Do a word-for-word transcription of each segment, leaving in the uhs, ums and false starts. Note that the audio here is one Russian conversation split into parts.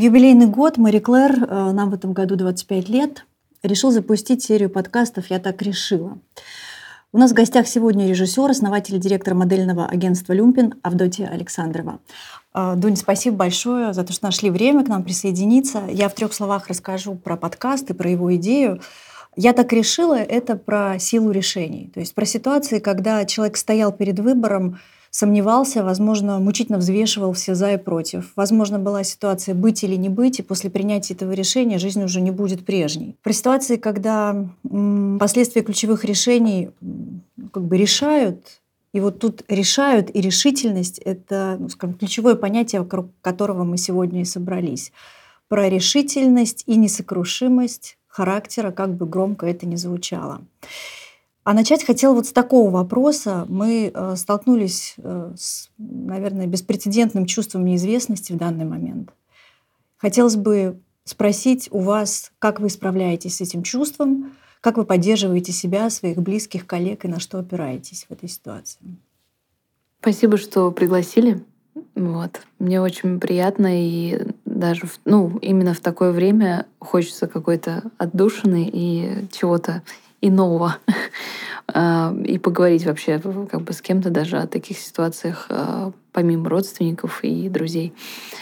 юбилейный год Мари Клэр, нам в этом году двадцать пять лет, решил запустить серию подкастов «Я так решила». У нас в гостях сегодня режиссер, основатель и директор модельного агентства «Люмпин» Авдотья Александрова. Дунь, спасибо большое за то, что нашли время к нам присоединиться. Я в трех словах расскажу про подкаст и про его идею. «Я так решила» — это про силу решений. То есть про ситуации, когда человек стоял перед выбором, сомневался, возможно, мучительно взвешивал все «за» и «против». Возможно, была ситуация быть или не быть, и после принятия этого решения жизнь уже не будет прежней. Про ситуации, когда м, последствия ключевых решений м, как бы решают, и вот тут решают и решительность — это, ну, скажем, ключевое понятие, вокруг которого мы сегодня и собрались. Про решительность и несокрушимость характера, как бы громко это ни звучало. А начать хотела вот с такого вопроса. Мы э, столкнулись э, с, наверное, беспрецедентным чувством неизвестности в данный момент. Хотелось бы спросить у вас, как вы справляетесь с этим чувством, как вы поддерживаете себя, своих близких, коллег и на что опираетесь в этой ситуации. Спасибо, что пригласили. Вот. Мне очень приятно, и даже в, ну, именно в такое время хочется какой-то отдушины и чего-то иного. И поговорить вообще как бы с кем-то даже о таких ситуациях, помимо родственников и друзей.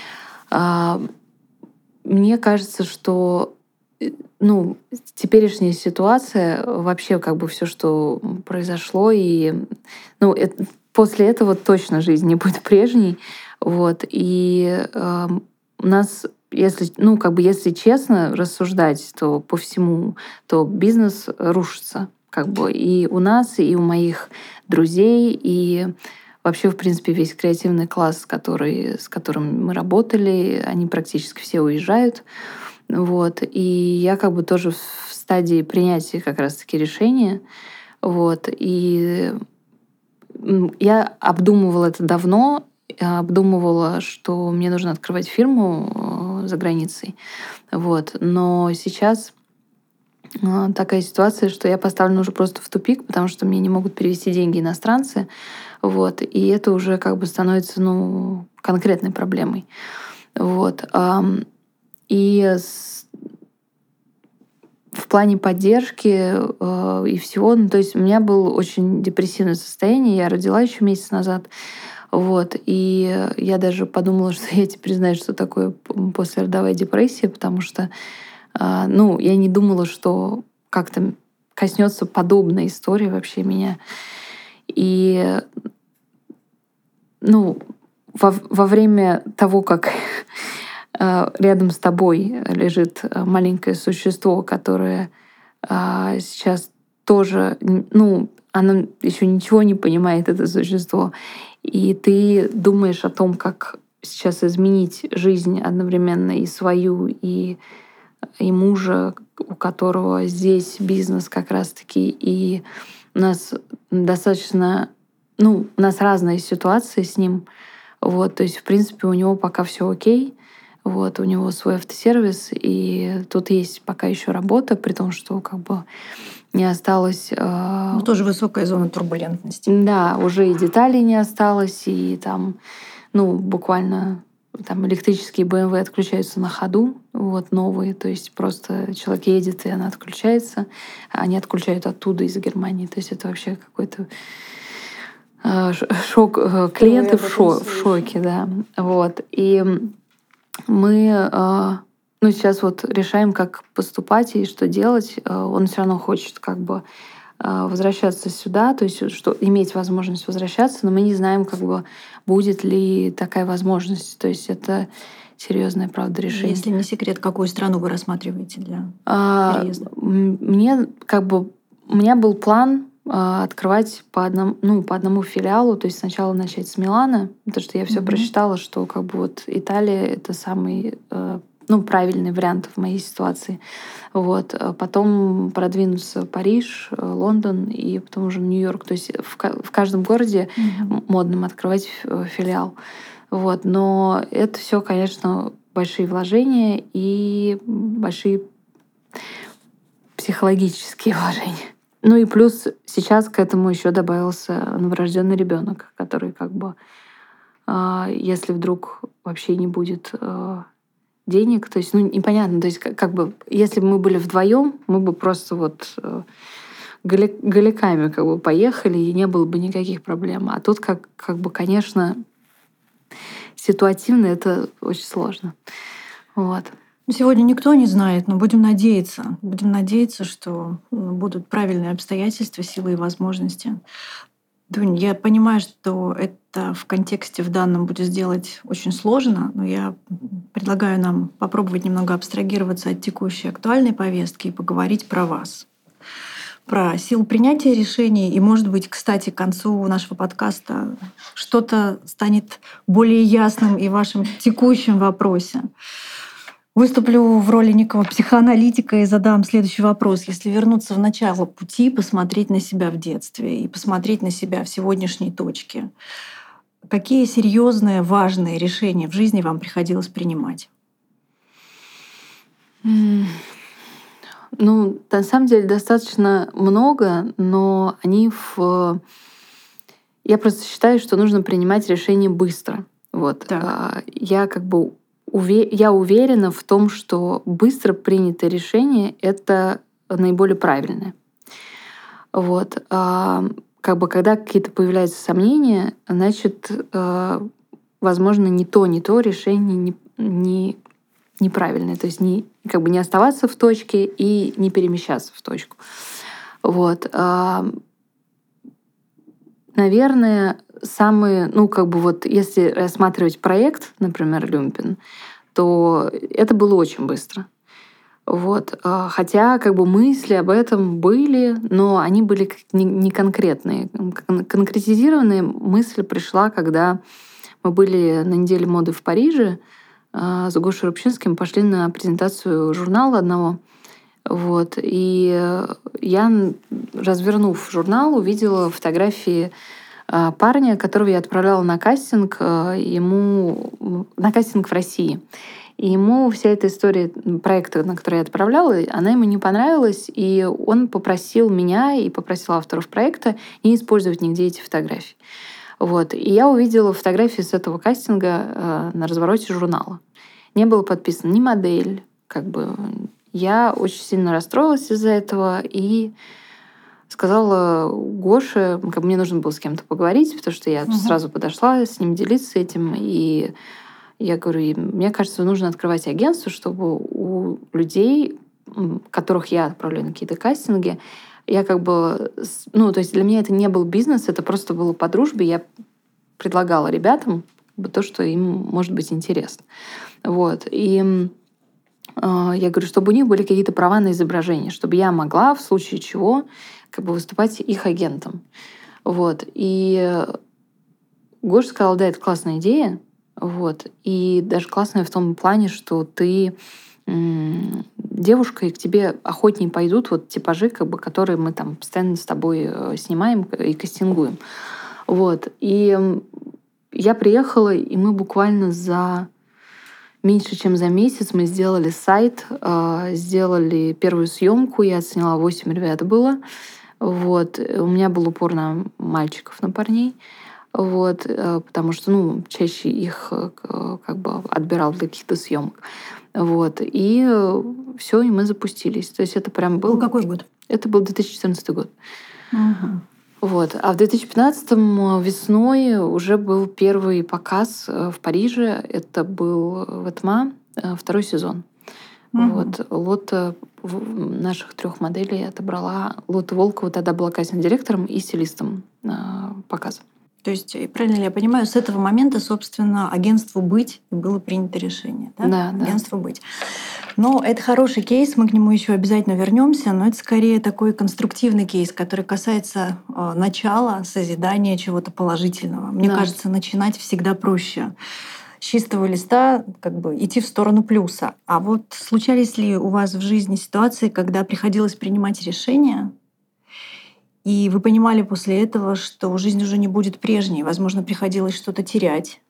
Мне кажется, что ну, теперешняя ситуация, вообще как бы все, что произошло, и ну, это, после этого точно жизнь не будет прежней. Вот. И э, у нас, если, ну, как бы, если честно рассуждать, то по всему, то бизнес рушится. Как бы и у нас, и у моих друзей, и вообще, в принципе, весь креативный класс, который, с которым мы работали, они практически все уезжают. Вот. И я как бы тоже в стадии принятия как раз-таки решения. Вот. И я обдумывала это давно, обдумывала, что мне нужно открывать фирму за границей. Вот. Но сейчас такая ситуация, что я поставлена уже просто в тупик, потому что мне не могут перевести деньги иностранцы. Вот. И это уже как бы становится, ну, конкретной проблемой. Вот. И в плане поддержки э, и всего, ну, то есть у меня было очень депрессивное состояние. Я родила еще месяц назад. Вот. И я даже подумала, что я теперь знаю, что такое послеродовая депрессия, потому что э, ну, я не думала, что как-то коснется подобная история вообще меня. И ну, во, во время того, как рядом с тобой лежит маленькое существо, которое а, сейчас тоже, ну, оно еще ничего не понимает, это существо. И ты думаешь о том, как сейчас изменить жизнь одновременно и свою, и, и мужа, у которого здесь бизнес как раз-таки. И у нас достаточно, ну, у нас разные ситуации с ним. Вот, то есть, в принципе, у него пока все окей. Вот, у него свой автосервис, и тут есть пока еще работа, при том, что как бы не осталось... Э... Ну, тоже высокая зона турбулентности. Да, уже и деталей не осталось, и там, ну, буквально там электрические бэ эм вэ отключаются на ходу, вот, новые, то есть просто человек едет, и она отключается, а они отключают оттуда, из Германии, то есть это вообще какой-то э, шок, клиенты в, шо- в шоке, да, вот, и мы ну, сейчас вот решаем, как поступать и что делать. Он все равно хочет как бы возвращаться сюда, то есть что, иметь возможность возвращаться, но мы не знаем, как бы, будет ли такая возможность. То есть это серьезное, правда, решение. Если не секрет, какую страну вы рассматриваете для переезда? Мне как бы у меня был план открывать по одному, ну, по одному филиалу, то есть сначала начать с Милана, потому что я все mm-hmm. прочитала, что как бы вот Италия — это самый ну, правильный вариант в моей ситуации. Вот. Потом продвинуться в Париж, Лондон и потом уже в Нью-Йорк. То есть в, в каждом городе mm-hmm. модном открывать филиал. Вот. Но это все, конечно, большие вложения и большие психологические вложения. Ну и плюс сейчас к этому еще добавился новорожденный ребенок, который как бы, если вдруг вообще не будет денег. То есть, ну, непонятно. То есть, как, как бы, если бы мы были вдвоем, мы бы просто вот э, голи- голиками как бы поехали, и не было бы никаких проблем. А тут, как, как бы, конечно, ситуативно это очень сложно. Вот. Сегодня никто не знает, но будем надеяться. Будем надеяться, что будут правильные обстоятельства, силы и возможности. Дунь, я понимаю, что это в контексте в данном будет сделать очень сложно, но я предлагаю нам попробовать немного абстрагироваться от текущей актуальной повестки и поговорить про вас. Про силу принятия решений. И, может быть, кстати, к концу нашего подкаста что-то станет более ясным и в вашем текущем вопросе. Выступлю в роли некого психоаналитика и задам следующий вопрос. Если вернуться в начало пути, посмотреть на себя в детстве и посмотреть на себя в сегодняшней точке, какие серьезные, важные решения в жизни вам приходилось принимать? Mm. Ну, на самом деле достаточно много, но они в... Я просто считаю, что нужно принимать решения быстро. Вот. Так. Я как бы я уверена в том, что быстро принятое решение — это наиболее правильное. Вот. Как бы когда какие-то появляются сомнения, значит, возможно, не то, не то решение не, не, неправильное. То есть не, как бы не оставаться в точке и не перемещаться в точку. Вот. Наверное, самые, ну, как бы вот, если рассматривать проект, например, Люмпин, то это было очень быстро. Вот. Хотя как бы мысли об этом были, но они были не конкретные. Конкретизированная мысль пришла, когда мы были на неделе моды в Париже с Гошей Рубчинским, пошли на презентацию журнала одного. Вот. И я, развернув журнал, увидела фотографии парня, которого я отправляла на кастинг, ему на кастинг в России. И ему вся эта история проекта, на который я отправляла, она ему не понравилась, и он попросил меня и попросил авторов проекта не использовать нигде эти фотографии. Вот. И я увидела фотографии с этого кастинга на развороте журнала. Не было подписано ни модель, как бы. Я очень сильно расстроилась из-за этого и сказала Гоше, как мне нужно было с кем-то поговорить, потому что я угу. сразу подошла с ним делиться этим, и я говорю, мне кажется, нужно открывать агентство, чтобы у людей, которых я отправляю на какие-то кастинги, я как бы... Ну, то есть для меня это не был бизнес, это просто было по дружбе. Я предлагала ребятам то, что им может быть интересно. Вот. И я говорю, чтобы у них были какие-то права на изображение, чтобы я могла в случае чего как бы выступать их агентом. Вот. И Гоша сказал, да, это классная идея. Вот. И даже классная в том плане, что ты м- девушка, и к тебе охотнее пойдут вот типажи, как бы, которые мы там постоянно с тобой снимаем и кастингуем. Вот. И я приехала, и мы буквально за... Меньше чем за месяц мы сделали сайт, сделали первую съемку. Я сняла восемь ребят было. Вот. У меня был упор на мальчиков, на парней. Вот. Потому что, ну, чаще их как бы отбирал для каких-то съемок. Вот. И все, и мы запустились. То есть это прям был... Был какой год? Это был две тысячи четырнадцатый год. Угу. Вот. А в две тысячи пятнадцатом весной уже был первый показ в Париже. Это был Ветма, второй сезон. Угу. Вот. Лота наших трех моделей отобрала. Лота Волкова тогда была кастинг-директором и стилистом показа. То есть, правильно ли я понимаю, с этого момента, собственно, агентству «Быть» было принято решение, да? Да, агентство да. «Быть». Но это хороший кейс, мы к нему еще обязательно вернемся, но это скорее такой конструктивный кейс, который касается э, начала созидания чего-то положительного. Мне да. кажется, начинать всегда проще. С чистого листа как бы идти в сторону плюса. А вот случались ли у вас в жизни ситуации, когда приходилось принимать решения, и вы понимали после этого, что жизнь уже не будет прежней, возможно, приходилось что-то терять?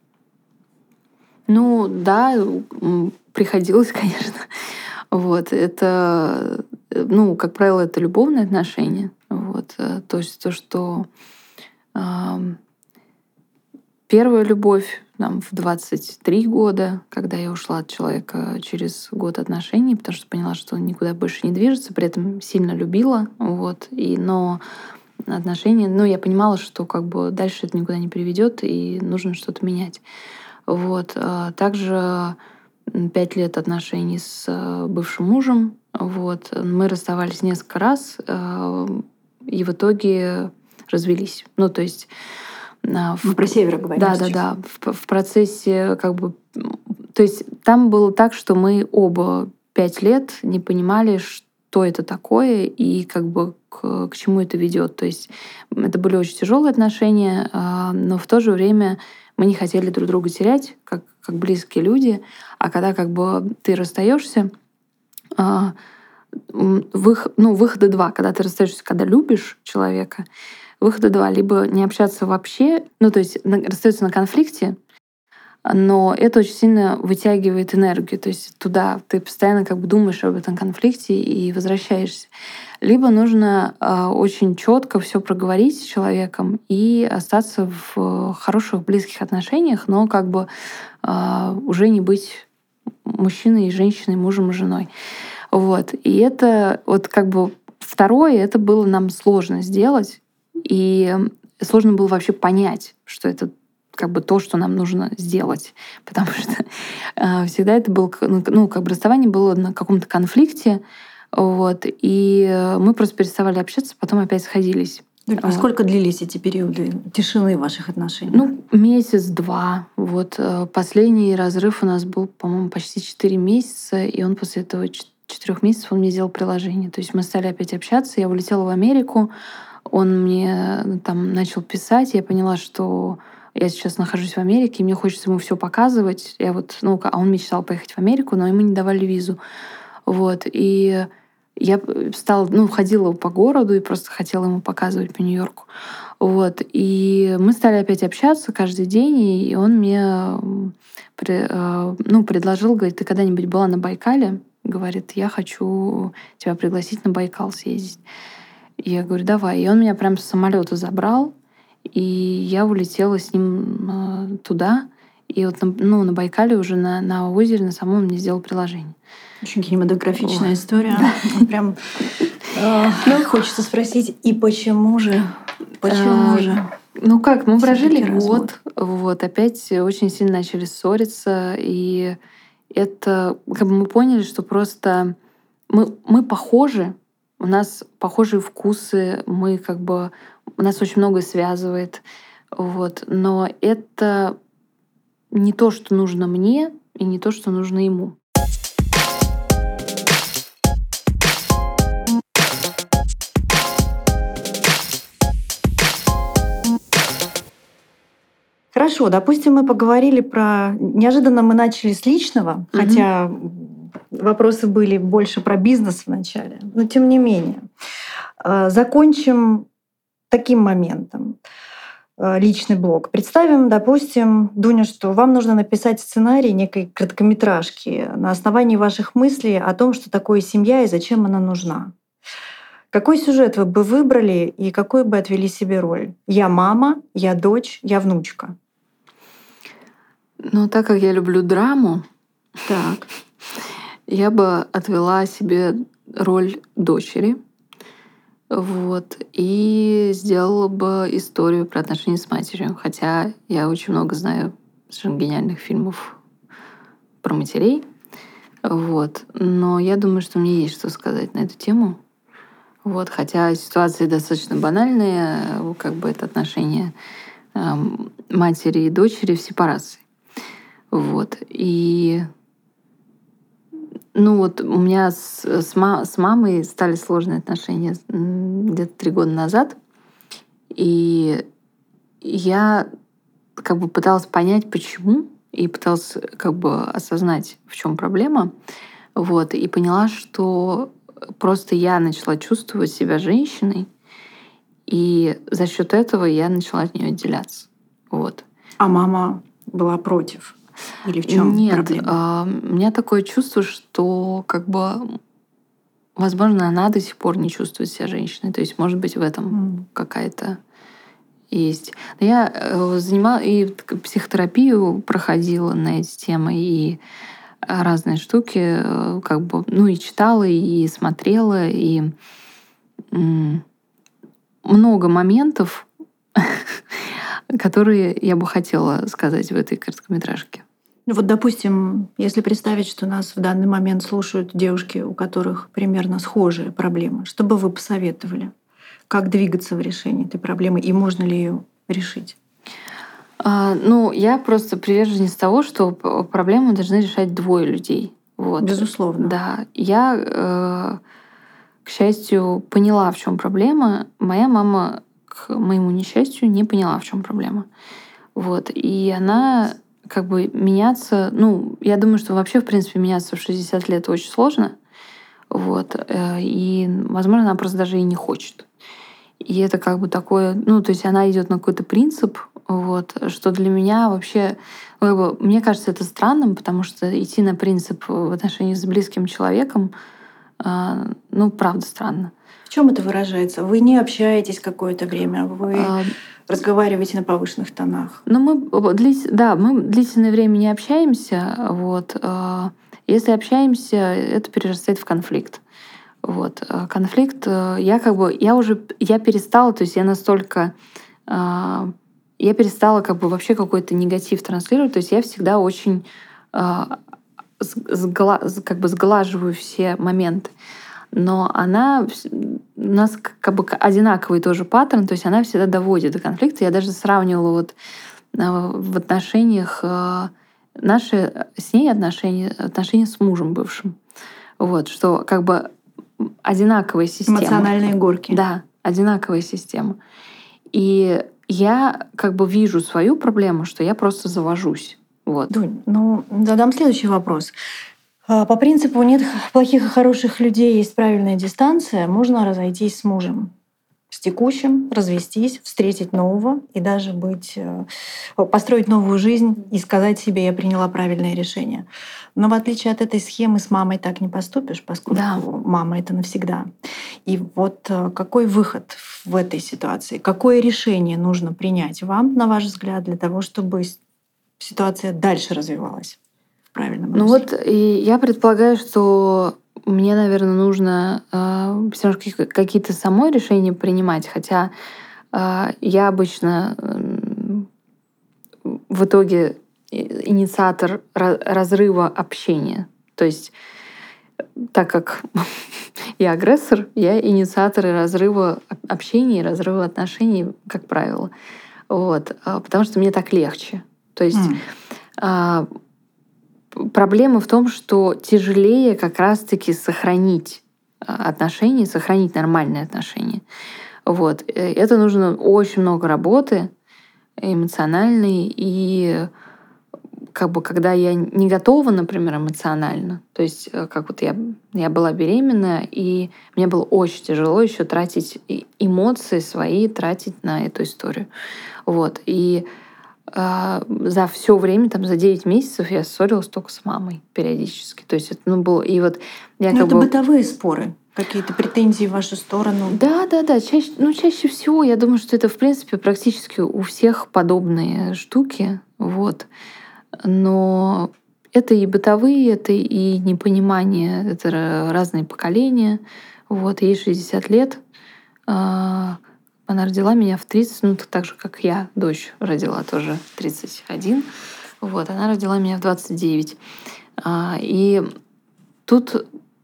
Ну да, приходилось, конечно. Вот. Это, ну, как правило, это любовные отношения. Вот. То есть то, что э, первая любовь, там, в двадцать три года, когда я ушла от человека через год отношений, потому что поняла, что он никуда больше не движется, при этом сильно любила. Вот, и, но отношения, ну, я понимала, что как бы дальше это никуда не приведет, и нужно что-то менять. Вот. а Также пять лет отношений с э, бывшим мужем. Вот. Мы расставались несколько раз, э, и в итоге развелись. Ну, то есть... а, Мы в- про север говорим Да, да, сейчас. да. В, в процессе как бы... м, То есть там было так, что мы оба пять лет не понимали, что это такое и как бы к, к чему это ведет. То есть это были очень тяжелые отношения, а, но в то же время мы не хотели друг друга терять, как, как близкие люди. А когда как бы ты расстаешься, а, м, вых- ну, выхода два. Когда ты расстаешься, когда любишь человека, выхода два. Либо не общаться вообще, ну, то есть на- расстаются на конфликте, но это очень сильно вытягивает энергию. То есть туда ты постоянно как бы думаешь об этом конфликте и возвращаешься. Либо нужно э, очень четко все проговорить с человеком и остаться в хороших близких отношениях, но как бы э, уже не быть мужчиной и женщиной, мужем и женой. Вот. И это вот как бы второе, это было нам сложно сделать. И сложно было вообще понять, что это как бы то, что нам нужно сделать. Потому что э, всегда это было, к- ну, ну, как бы расставание было на каком-то конфликте. Вот. И э, мы просто переставали общаться, потом опять сходились. Юль, а Вот. сколько длились эти периоды тишины в ваших отношениях? Ну, месяц-два. Вот э, последний разрыв у нас был, по-моему, почти четыре месяца, и он после этого ч- четырех месяцев он мне сделал приложение. То есть мы стали опять общаться, я улетела в Америку, он мне э, там начал писать, я поняла, что я сейчас нахожусь в Америке, и мне хочется ему все показывать. Я вот, ну, а он мечтал поехать в Америку, но ему не давали визу. Вот. И я стала, ну, ходила по городу и просто хотела ему показывать по Нью-Йорку. Вот. И мы стали опять общаться каждый день, и он мне м, при- э, ну, предложил, говорит, ты когда-нибудь была на Байкале? Говорит, я хочу тебя пригласить на Байкал съездить. И я говорю, давай. И он меня прям с самолета забрал, и я улетела с ним э, туда. И вот на, ну, на Байкале уже на, на озере на самом мне сделал приложение. Очень кинематографичная Ой. история. Прям э, хочется спросить, и почему же? Почему Э, же? Ну как, мы прожили Всё-таки развод. год, вот, опять очень сильно начали ссориться, и это, как бы мы поняли, что просто мы, мы похожи, у нас похожие вкусы, мы как бы, у нас очень многое связывает, вот, но это не то, что нужно мне, и не то, что нужно ему. Хорошо, допустим, мы поговорили про... Неожиданно мы начали с личного, Мгм. хотя вопросы были больше про бизнес вначале, но тем не менее. Э, Закончим таким моментом. Э, Личный блог. Представим, допустим, Дуня, что вам нужно написать сценарий некой короткометражки на основании ваших мыслей о том, что такое семья и зачем она нужна. Какой сюжет вы бы выбрали и какую бы отвели себе роль? Я мама, я дочь, я внучка. Но так как я люблю драму, Так. я бы отвела себе роль дочери. Вот. И сделала бы историю про отношения с матерью. Хотя я очень много знаю совершенно гениальных фильмов про матерей. Вот. Но я думаю, что мне есть что сказать на эту тему. Вот. Хотя ситуации достаточно банальные, э, как бы это отношение эм, матери и дочери в сепарации. Вот. И ну вот у меня с, с, ма- с мамой стали сложные отношения м, где-то три года назад. И я как бы пыталась понять, почему, и пыталась как бы осознать, в чем проблема. Вот. И поняла, что просто я начала чувствовать себя женщиной, и за счет этого я начала от нее отделяться. Вот. А мама была против? Или в чем Нет, проблема? а, у меня такое чувство, что как бы, возможно, она до сих пор не чувствует себя женщиной. То есть, может быть, в этом М. какая-то есть. Я э, занимала и психотерапию проходила на эти темы, и разные штуки, э, как бы, ну и читала, и смотрела, и м, много моментов, которые я бы хотела сказать в этой короткометражке. Ну вот, допустим, если представить, что нас в данный момент слушают девушки, у которых примерно схожие проблемы, что бы вы посоветовали? Как двигаться в решении этой проблемы и можно ли ее решить? А, ну, я просто приверженец того, что п- проблему должны решать двое людей. Вот. Безусловно. Да, я, э, к счастью, поняла, в чем проблема. Моя мама, к моему несчастью, не поняла, в чем проблема. Вот. И она как бы меняться, ну, я думаю, что вообще, в принципе, меняться в шестьдесят лет очень сложно. Вот. э, И, возможно, она просто даже и не хочет. И это как бы такое, ну, то есть она идет на какой-то принцип, вот, что для меня вообще, как бы, мне кажется, это странным, потому что идти на принцип в отношении с близким человеком, а, ну, правда, странно. В чем это выражается? Вы не общаетесь какое-то время, вы А, разговариваете на повышенных тонах. Но мы, длис- да, мы длительное время не общаемся, вот. а, Если общаемся, это перерастает в конфликт. Вот. а Конфликт, э, я как бы, я уже, я перестала, то есть я настолько а, я перестала как бы вообще какой-то негатив транслировать. То есть я всегда очень а, с- сгла- с- как бы сглаживаю все моменты. Но она вс- у нас к- как бы к- одинаковый тоже паттерн, то есть она всегда доводит до конфликта. Я даже сравнивала вот а, в отношениях а, наши с ней отношения, отношения с мужем бывшим. Вот, что как бы одинаковая система. Эмоциональные горки. Да, одинаковая система. И я как бы вижу свою проблему, что я просто завожусь. Вот. Дунь, ну, задам следующий вопрос. А, По принципу нет плохих и хороших людей, есть правильная дистанция. Можно разойтись с мужем, с текущим, развестись, встретить нового и даже быть, э, построить новую жизнь и сказать себе, я приняла правильное решение. Но в отличие от этой схемы с мамой так не поступишь, поскольку Да. мама — это навсегда. И вот э, какой выход в этой ситуации? Какое решение нужно принять вам, на ваш взгляд, для того, чтобы с- ситуация дальше развивалась в правильном Ну русле? вот, и я предполагаю, что мне, наверное, нужно э, все равно какие- какие-то самой решения принимать, хотя э, я обычно м, в итоге и- инициатор ра- разрыва общения. То есть, так как я агрессор, я инициатор разрыва об- общения и разрыва отношений, как правило. Вот. а, Потому что мне так легче. То есть М. а, п- проблема в том, что тяжелее как раз-таки сохранить а, отношения, сохранить нормальные отношения. Вот. Э, Это нужно очень много работы эмоциональной, и как бы когда я не готова, например, эмоционально, то есть э, как вот я, я была беременна, и мне было очень тяжело еще тратить и эмоции свои, тратить на эту историю. Вот. И а, за все время, там, за девять месяцев я ссорилась только с мамой периодически. То есть это, ну, было... И вот я Ну, как это бы... бытовые споры, какие-то претензии в вашу сторону. Да, да, да. Чаще, ну, чаще всего, я думаю, что это, в принципе, практически у всех подобные штуки. Вот. Но это и бытовые, это и непонимание, это ра- разные поколения. Вот, ей шестьдесят лет. А, Она родила меня в тридцать, ну, так же, как я, дочь родила тоже в тридцать один. Вот, она родила меня в двадцать девять. А, И тут,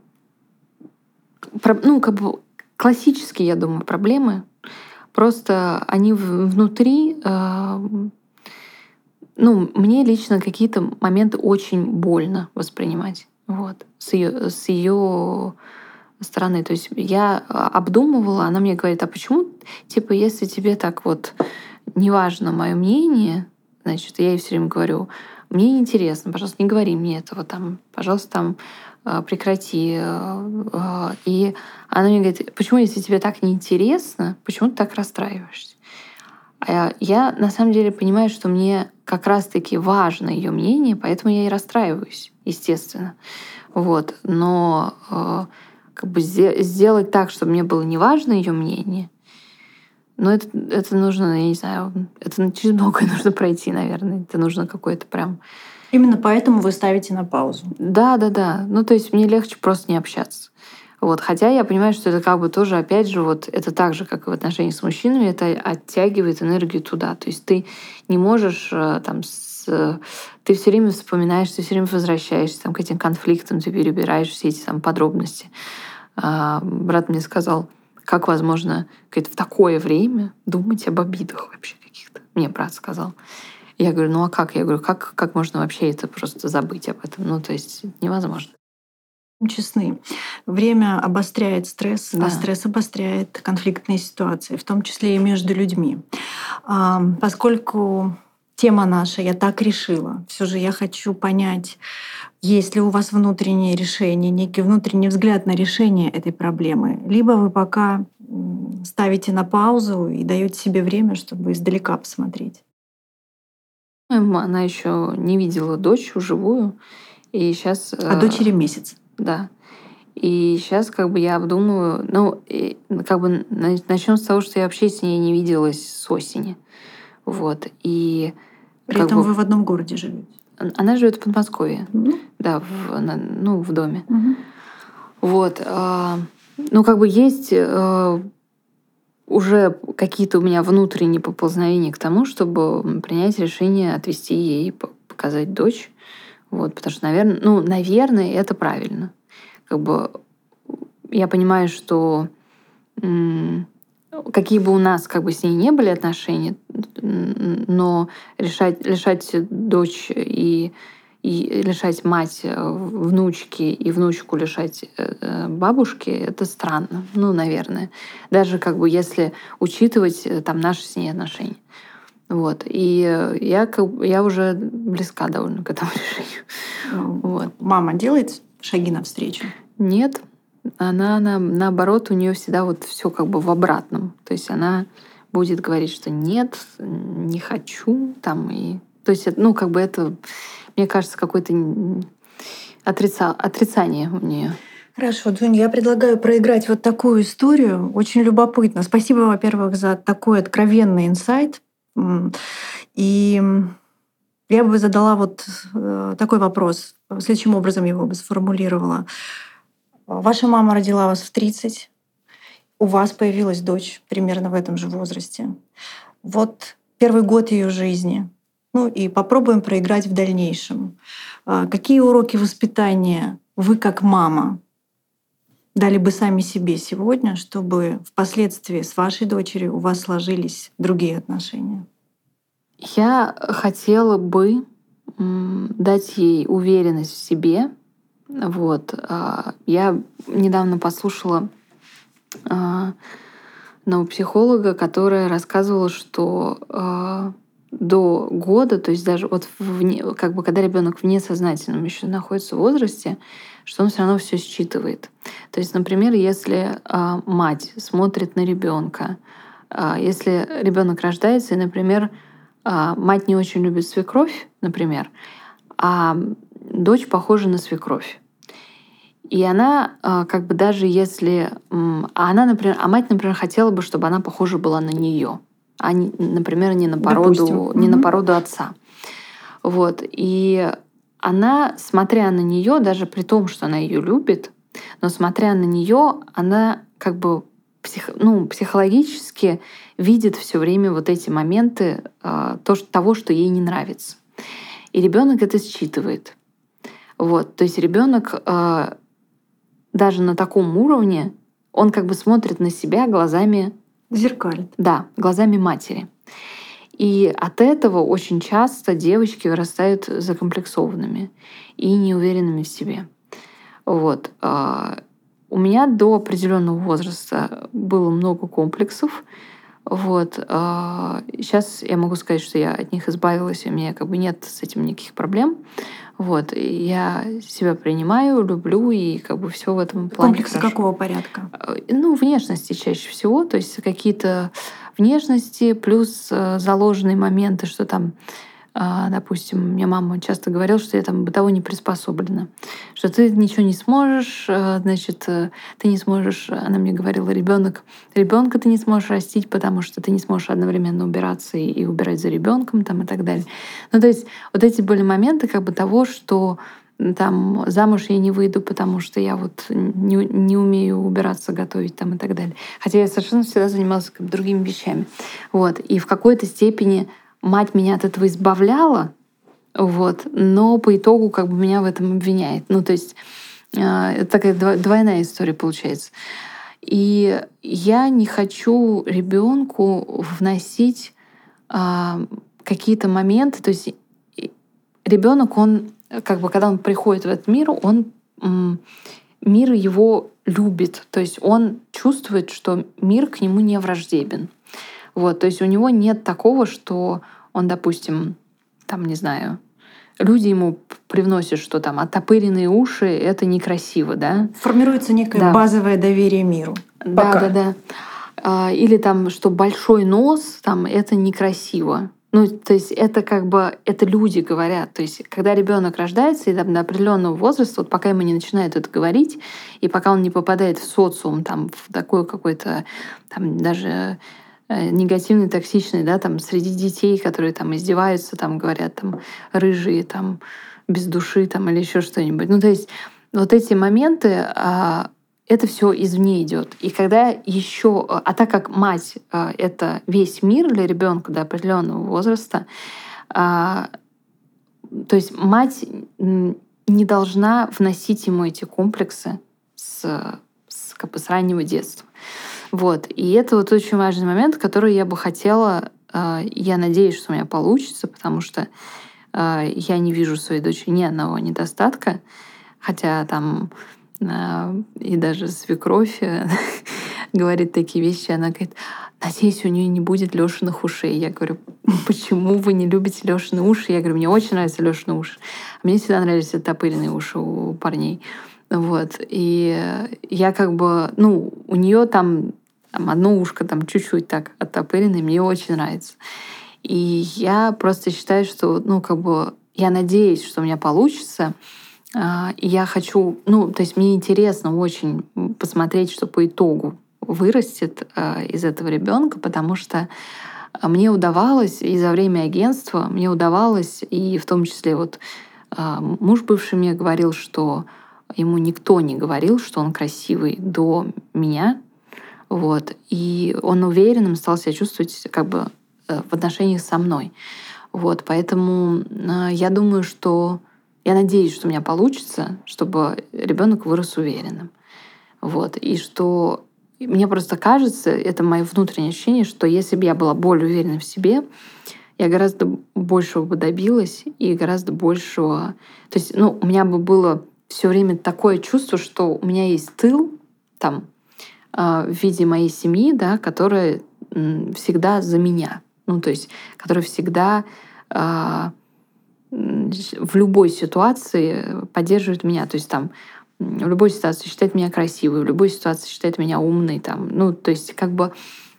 про- ну, как бы классические, я думаю, проблемы. Просто они в- внутри, а, ну, мне лично какие-то моменты очень больно воспринимать. Вот, с ее, с ее стороны. То есть я а, обдумывала, она мне говорит, а почему, типа, если тебе так вот неважно мое мнение, значит, я ей все время говорю, мне неинтересно, пожалуйста, не говори мне этого, там, пожалуйста, там, а, прекрати. а, а». И она мне говорит, почему, если тебе так неинтересно, почему ты так расстраиваешься? А я на самом деле понимаю, что мне как раз-таки важно ее мнение, поэтому я и расстраиваюсь, естественно. Вот. Но э, как бы сде- сделать так, чтобы мне было не важно ее мнение, Но это, это нужно, я не знаю, это через многое нужно пройти, наверное. Это нужно какое-то прям... Именно поэтому вы ставите на паузу. Да, да, да. Ну, то есть мне легче просто не общаться. Вот. Хотя я понимаю, что это как бы тоже, опять же, вот это так же, как и в отношениях с мужчинами, это оттягивает энергию туда. То есть ты не можешь э, там с... Ты все время вспоминаешь, ты все время возвращаешься там, к этим конфликтам, ты перебираешь все эти там подробности. А, брат мне сказал, как возможно говорит, в такое время думать об обидах вообще каких-то. Мне брат сказал. Я говорю, ну а как? Я говорю, как, как можно вообще это просто забыть об этом? Ну, то есть невозможно. Честны. Время обостряет стресс, Да. а стресс обостряет конфликтные ситуации, в том числе и между людьми. А, поскольку тема наша «Я так решила», все же я хочу понять, есть ли у вас внутреннее решение, некий внутренний взгляд на решение этой проблемы, либо вы пока ставите на паузу и даете себе время, чтобы издалека посмотреть. Она еще не видела дочь вживую, и сейчас. А дочери месяц. Да. И сейчас как бы я обдумываю, ну, как бы начнем с того, что я вообще с ней не виделась с осени. Вот. И при этом бы, вы в одном городе живете? Она живет в Подмосковье. Mm-hmm. Да, в, ну, в доме. Mm-hmm. Вот. Ну, как бы есть уже какие-то у меня внутренние поползновения к тому, чтобы принять решение отвезти ей, показать дочь. Вот, потому что, наверное, ну, наверное, это правильно. Как бы я понимаю, что м- какие бы у нас как бы с ней не были отношения, но решать, лишать дочь и, и лишать мать внучки и внучку лишать бабушки, это странно. Ну, наверное. Даже как бы если учитывать там наши с ней отношения. Вот. И я, я уже близка довольно к этому решению. Вот. Мама делает шаги навстречу? Нет. Она, на, наоборот, у нее всегда вот все как бы в обратном. То есть она будет говорить, что нет, не хочу. Там, и... То есть, ну, как бы это, мне кажется, какое-то отрица... отрицание у нее. Хорошо, Дунь, я предлагаю проиграть вот такую историю. Очень любопытно. Спасибо, во-первых, за такой откровенный инсайт. И я бы задала вот такой вопрос. Следующим образом его бы сформулировала. Ваша мама родила вас в тридцать. У вас появилась дочь примерно в этом же возрасте. Вот первый год ее жизни. Ну и попробуем проиграть в дальнейшем. Какие уроки воспитания вы, как мама, дали бы сами себе сегодня, чтобы впоследствии с вашей дочерью у вас сложились другие отношения? Я хотела бы дать ей уверенность в себе. Вот. Я недавно послушала одного психолога, которая рассказывала, что до года, то есть даже вот вне, как бы когда ребенок в несознательном еще находится в возрасте, что он все равно все считывает. То есть, например, если а, мать смотрит на ребенка, а, если ребенок рождается, и, например, а, мать не очень любит свекровь, например, а дочь похожа на свекровь. И она, а, как бы даже если... А, она, например, а мать, например, хотела бы, чтобы она похожа была на нее, а, например, не на породу, не на породу отца. Вот. И она, смотря на нее, даже при том, что она ее любит, но смотря на нее, она как бы псих, ну, психологически видит все время вот эти моменты э, то, что, того, что ей не нравится. И ребенок это считывает. Вот. То есть ребенок э, даже на таком уровне, он как бы смотрит на себя глазами... Зеркалит. Да, глазами матери. И от этого очень часто девочки вырастают закомплексованными и неуверенными в себе. Вот. У меня до определенного возраста было много комплексов. Вот. Сейчас я могу сказать, что я от них избавилась, и у меня как бы нет с этим никаких проблем. Вот. И я себя принимаю, люблю, и как бы все в этом плане. Комплексы хорошо. Какого порядка? Ну, внешности чаще всего, то есть какие-то внешности плюс заложенные моменты, что там А, допустим, мне мама часто говорила, что я там бытово не приспособлена, что ты ничего не сможешь, а, значит, э, ты не сможешь, она мне говорила, ребенок, ребенка ты не сможешь растить, потому что ты не сможешь одновременно убираться и, и убирать за ребенком там, и так далее. Ну, то есть вот эти были моменты как бы того, что там замуж я не выйду, потому что я вот не, не умею убираться, готовить там и так далее. Хотя я совершенно всегда занималась как бы другими вещами. Вот. И в какой-то степени мать меня от этого избавляла, вот, но по итогу как бы меня в этом обвиняет. Ну, то есть э, это такая двойная история получается. И я не хочу ребенку вносить э, какие-то моменты. То есть ребенок, он как бы, когда он приходит в этот мир, он м, мир его любит. То есть он чувствует, что мир к нему не враждебен. Вот, то есть у него нет такого, что он, допустим, там, не знаю, люди ему привносят, что там оттопыренные уши — это некрасиво, да? Формируется некое да. базовое доверие миру. Да, Пока. да, да. Или там, что большой нос, там, это некрасиво. Ну, то есть это как бы, это люди говорят. То есть когда ребенок рождается и там, до определенного возраста, вот пока ему не начинают это говорить, и пока он не попадает в социум, там, в такой какой-то, там, даже негативный, токсичный, да, там, среди детей, которые там издеваются, там, говорят, там, рыжие, там, без души, там, или еще что-нибудь. Ну, то есть вот эти моменты, а, это все извне идет. И когда еще, а так как мать а, — это весь мир для ребенка до определенного возраста, а, то есть мать не должна вносить ему эти комплексы с, с, как бы, с раннего детства. Вот. И это вот очень важный момент, который я бы хотела, я надеюсь, что у меня получится, потому что я не вижу в своей дочери ни одного недостатка, хотя там и даже свекровь говорит такие вещи, она говорит: надеюсь, у нее не будет Лёшиных ушей. Я говорю: почему вы не любите Лёшины уши? Я говорю: мне очень нравятся Лёшины уши. А мне всегда нравились оттопыренные уши у парней. Вот. И я как бы, ну, у нее там, там одно ушко там чуть-чуть так оттопыренное, мне очень нравится. И я просто считаю, что, ну, как бы, я надеюсь, что у меня получится. И я хочу, ну, то есть мне интересно очень посмотреть, что по итогу вырастет из этого ребенка, потому что мне удавалось и за время агентства, мне удавалось, и в том числе вот муж бывший мне говорил, что ему никто не говорил, что он красивый до меня. Вот. И он уверенным стал себя чувствовать как бы в отношениях со мной. Вот. Поэтому я думаю, что... Я надеюсь, что у меня получится, чтобы ребенок вырос уверенным. Вот. И что мне просто кажется, это мое внутреннее ощущение, что если бы я была более уверена в себе, я гораздо большего бы добилась и гораздо большего... То есть, ну, у меня бы было все время такое чувство, что у меня есть тыл там в виде моей семьи, да, которая всегда за меня. Ну, то есть, которая всегда в любой ситуации поддерживает меня. То есть там в любой ситуации считает меня красивой, в любой ситуации считает меня умной. Там. Ну, то есть как бы...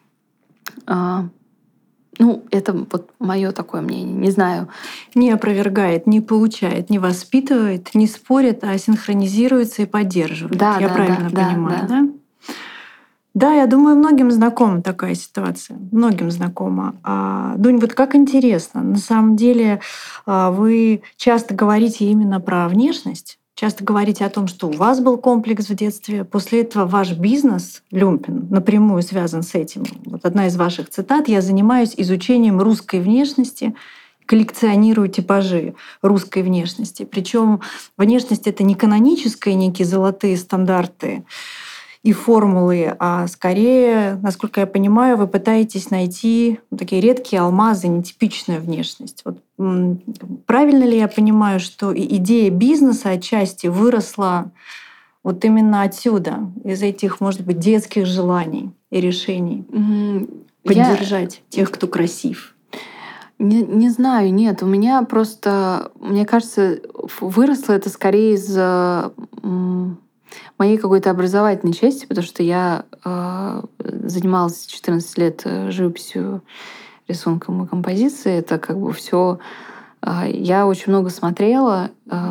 Ну, это вот мое такое мнение. Не знаю. Не опровергает, не получает, не воспитывает, не спорит, а синхронизируется и поддерживает. Да, Я да, правильно да, понимаю, да, да? Да, я думаю, многим знакома такая ситуация. Многим знакома. А, Дунь, вот как интересно. На самом деле вы часто говорите именно про внешность. Часто говорите о том, что у вас был комплекс в детстве. После этого ваш бизнес, Люмпин, напрямую связан с этим. Вот одна из ваших цитат: «Я занимаюсь изучением русской внешности, коллекционирую типажи русской внешности». Причем внешность — это не канонические некие золотые стандарты и формулы, а скорее, насколько я понимаю, вы пытаетесь найти такие редкие алмазы, нетипичную внешность. Вот, правильно ли я понимаю, что идея бизнеса отчасти выросла вот именно отсюда, из этих, может быть, детских желаний и решений mm-hmm. поддержать я... тех, кто красив? Не, не знаю, нет. У меня просто, мне кажется, выросло это скорее из моей какой-то образовательной части, потому что я э, занималась четырнадцать лет живописью, рисунком и композицией. Это как бы все Я очень много смотрела,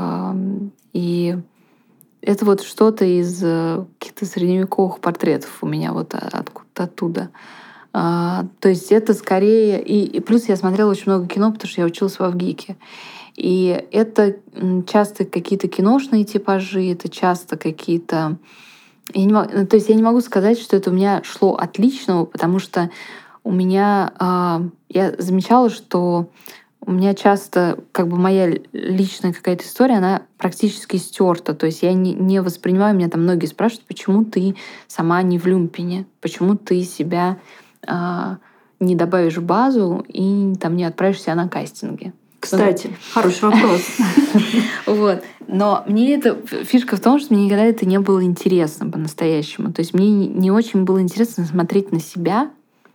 и это вот что-то из каких-то средневековых портретов у меня вот откуда-то оттуда. То есть это скорее... И, и плюс я смотрела очень много кино, потому что я училась в ВГИКе. И это часто какие-то киношные типажи, это часто какие-то... Я не могу, то есть я не могу сказать, что это у меня шло отлично, потому что у меня... Я замечала, что у меня часто как бы моя личная какая-то история, она практически стерта. То есть я не, не воспринимаю, меня там многие спрашивают, почему ты сама не в Люмпене, почему ты себя а, не добавишь в базу и там не отправишься на кастинги. Кстати, хороший вопрос. Вот. Но мне это... Фишка в том, что мне никогда это не было интересно по-настоящему. То есть мне не очень было интересно смотреть на себя,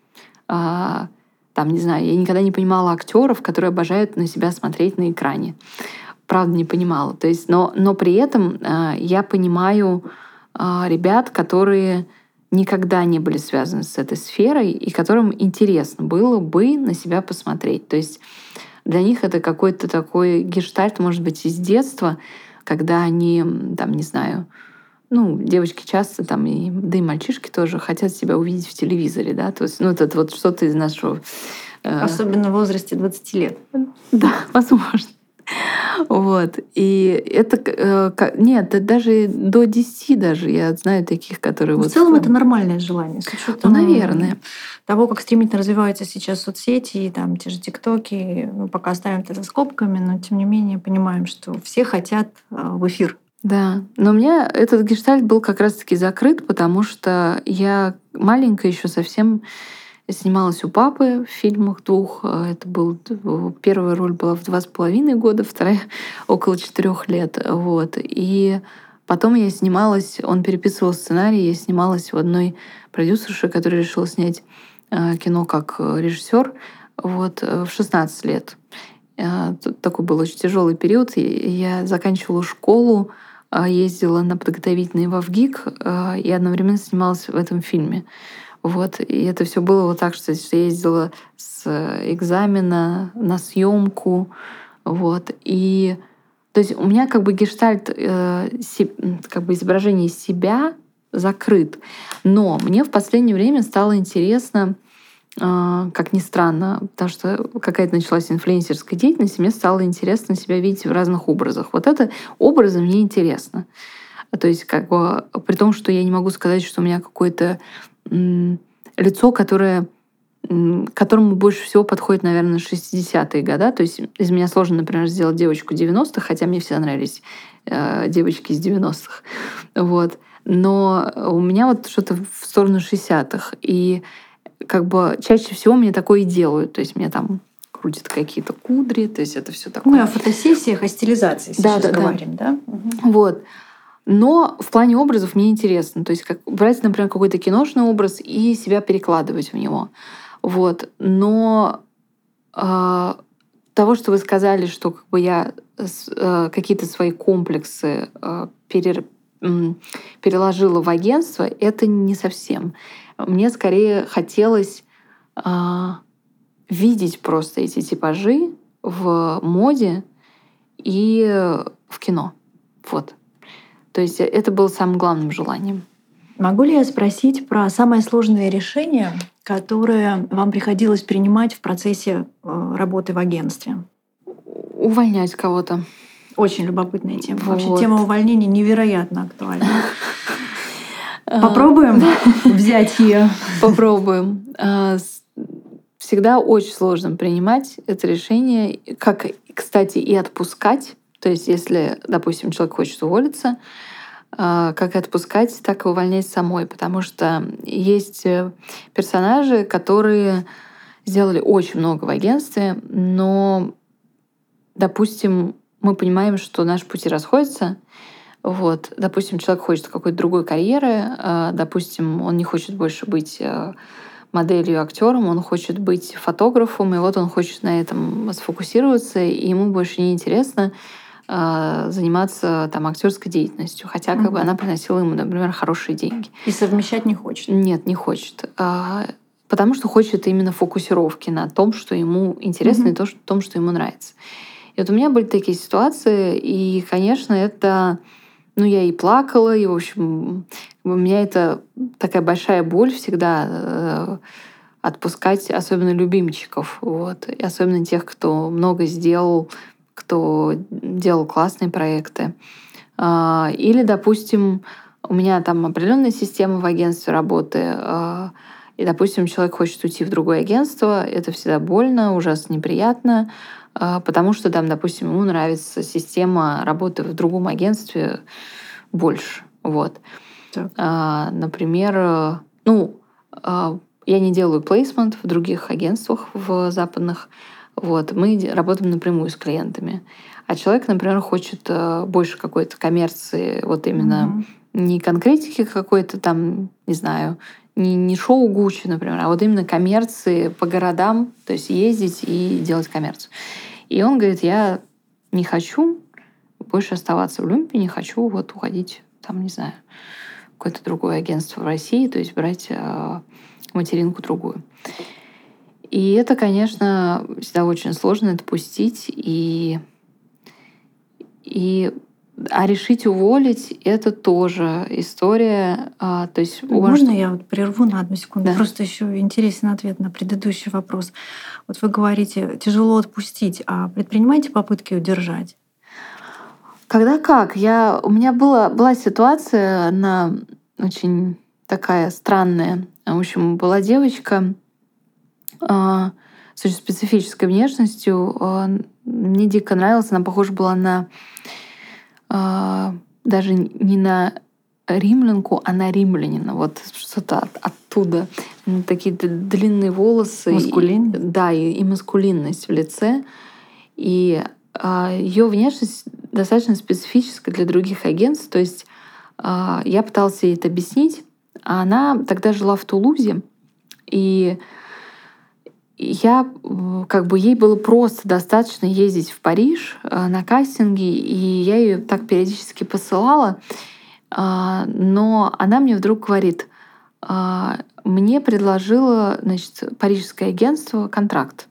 там, не знаю, я никогда не понимала актеров, которые обожают на себя смотреть на экране. Правда, не понимала. То есть, но, но при этом э, я понимаю э, ребят, которые никогда не были связаны с этой сферой и которым интересно было бы на себя посмотреть. То есть для них это какой-то такой гештальт, может быть, из детства, когда они, там, не знаю, ну, девочки часто, там, и, да и мальчишки тоже хотят себя увидеть в телевизоре, да, то есть, ну, это вот что-то из нашего... Э... Особенно в возрасте двадцати лет. Да, возможно. Вот. И это... Э, нет, даже до десяти даже я знаю таких, которые... В вот... целом это нормальное желание. С учетом, ну, наверное. Того, как стремительно развиваются сейчас соцсети, и там те же ТикТоки, ну, пока оставим это за скобками, но тем не менее понимаем, что все хотят в эфир. Да, но у меня этот гештальт был как раз-таки закрыт, потому что я маленькая еще совсем снималась у папы в фильмах двух. Это был первая роль была в два с половиной года, вторая около четырех лет. Вот. И потом я снималась, он переписывал сценарий, я снималась у одной продюсерши, которая решила снять кино как режиссер вот, в шестнадцать лет. Такой был очень тяжелый период. Я заканчивала школу, ездила на подготовительный во ВГИК и одновременно снималась в этом фильме. Вот. И это все было вот так, что я ездила с экзамена на съемку. Вот. И то есть у меня как бы гештальт, как бы изображение себя закрыт. Но мне в последнее время стало интересно, как ни странно, потому что какая-то началась инфлюенсерская деятельность, и мне стало интересно себя видеть в разных образах. Вот это образы мне интересно. То есть как бы при том, что я не могу сказать, что у меня какое-то м, лицо, которое, м, которому больше всего подходит, наверное, шестидесятые годы. То есть из меня сложно, например, сделать девочку девяностых, хотя мне всегда нравились э, девочки из девяностых. Вот. Но у меня вот что-то в сторону шестидесятых. И как бы чаще всего мне такое и делают. То есть мне там крутят какие-то кудри, то есть это все такое. Мы о фотосессиях, о стилизации сейчас да, да, говорим, да? да? Угу. Вот. Но в плане образов мне интересно. То есть как брать, например, какой-то киношный образ и себя перекладывать в него. Вот. Но э, того, что вы сказали, что как бы я э, какие-то свои комплексы э, перер, э, переложила в агентство, это не совсем. Мне скорее хотелось э, видеть просто эти типажи в моде и в кино. Вот. То есть это было самым главным желанием. Могу ли я спросить про самое сложное решение, которое вам приходилось принимать в процессе э, работы в агентстве? Увольнять кого-то. Очень любопытная тема. Вот. Вообще тема увольнения невероятно актуальна. Попробуем взять ее. Попробуем. Всегда очень сложно принимать это решение, как, кстати, и отпускать. То есть, если, допустим, человек хочет уволиться, как и отпускать, так и увольнять самой. Потому что есть персонажи, которые сделали очень много в агентстве, но, допустим, мы понимаем, что наши пути расходятся. Вот. Допустим, человек хочет какой-то другой карьеры, допустим, он не хочет больше быть моделью, актером, он хочет быть фотографом, и вот он хочет на этом сфокусироваться, и ему больше не интересно заниматься там актерской деятельностью, хотя как mm-hmm. бы она приносила ему, например, хорошие деньги. И совмещать не хочет? Нет, не хочет. Потому что хочет именно фокусировки на том, что ему интересно, mm-hmm. и то, что, том, что ему нравится. И вот у меня были такие ситуации, и, конечно, это... Ну, я и плакала, и, в общем, у меня это такая большая боль всегда э, отпускать, особенно любимчиков, вот, и особенно тех, кто много сделал, кто делал классные проекты. А, или, допустим, у меня там определенная система в агентстве работы, а, и, допустим, человек хочет уйти в другое агентство, это всегда больно, ужасно неприятно, а, потому что там, допустим, ему нравится система работы в другом агентстве больше. Вот. Так. А, например, э, ну, а, я не делаю плейсмент в других агентствах в западных. Вот. Мы де- работаем напрямую с клиентами. А человек, например, хочет э, больше какой-то коммерции, вот именно Мгм. не конкретики какой-то там, не знаю, не, не шоу Гуччи, например, а вот именно коммерции по городам, то есть ездить и делать коммерцию. И он говорит, я не хочу больше оставаться в Люмпе, не хочу вот уходить там, не знаю, в какое-то другое агентство в России, то есть брать э, материнку другую. И это, конечно, всегда очень сложно отпустить. И, и, а решить уволить — это тоже история. а, То есть у вас... Можно я вот прерву на одну секунду? Да. Просто еще интересен ответ на предыдущий вопрос. Вот вы говорите, тяжело отпустить, а предпринимаете попытки удержать? Когда как? Я, у меня была, была ситуация, она очень такая странная. В общем, была девочка а, с очень специфической внешностью. А, Мне дико нравилась. Она похожа была на а, даже не на римлянку, а на римлянина. Вот что-то от- оттуда. М, Такие д- длинные волосы. и- Маскулинность? Да, и, и маскулинность в лице. И ее внешность достаточно специфическая для других агентств. То есть а, я пыталась ей это объяснить. А она тогда жила в Тулузе. И я м, как бы ей было просто достаточно ездить в Париж э, на кастинги, и я ее так периодически посылала. А, Но она мне вдруг говорит, а, мне предложило, значит, парижское агентство контракт.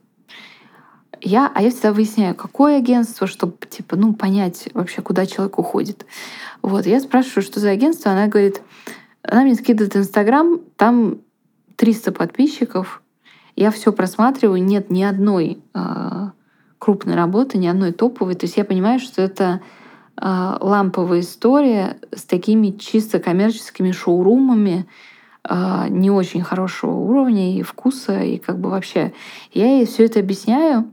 Я, а я всегда выясняю, какое агентство, чтобы типа, ну, понять вообще, куда человек уходит. Вот, я спрашиваю, что за агентство, она говорит, она мне скидывает Инстаграм, там триста подписчиков, я все просматриваю, нет ни одной а, крупной работы, ни одной топовой. То есть я понимаю, что это а, ламповая история с такими чисто коммерческими шоурумами а, не очень хорошего уровня и вкуса, и как бы вообще. Я ей все это объясняю,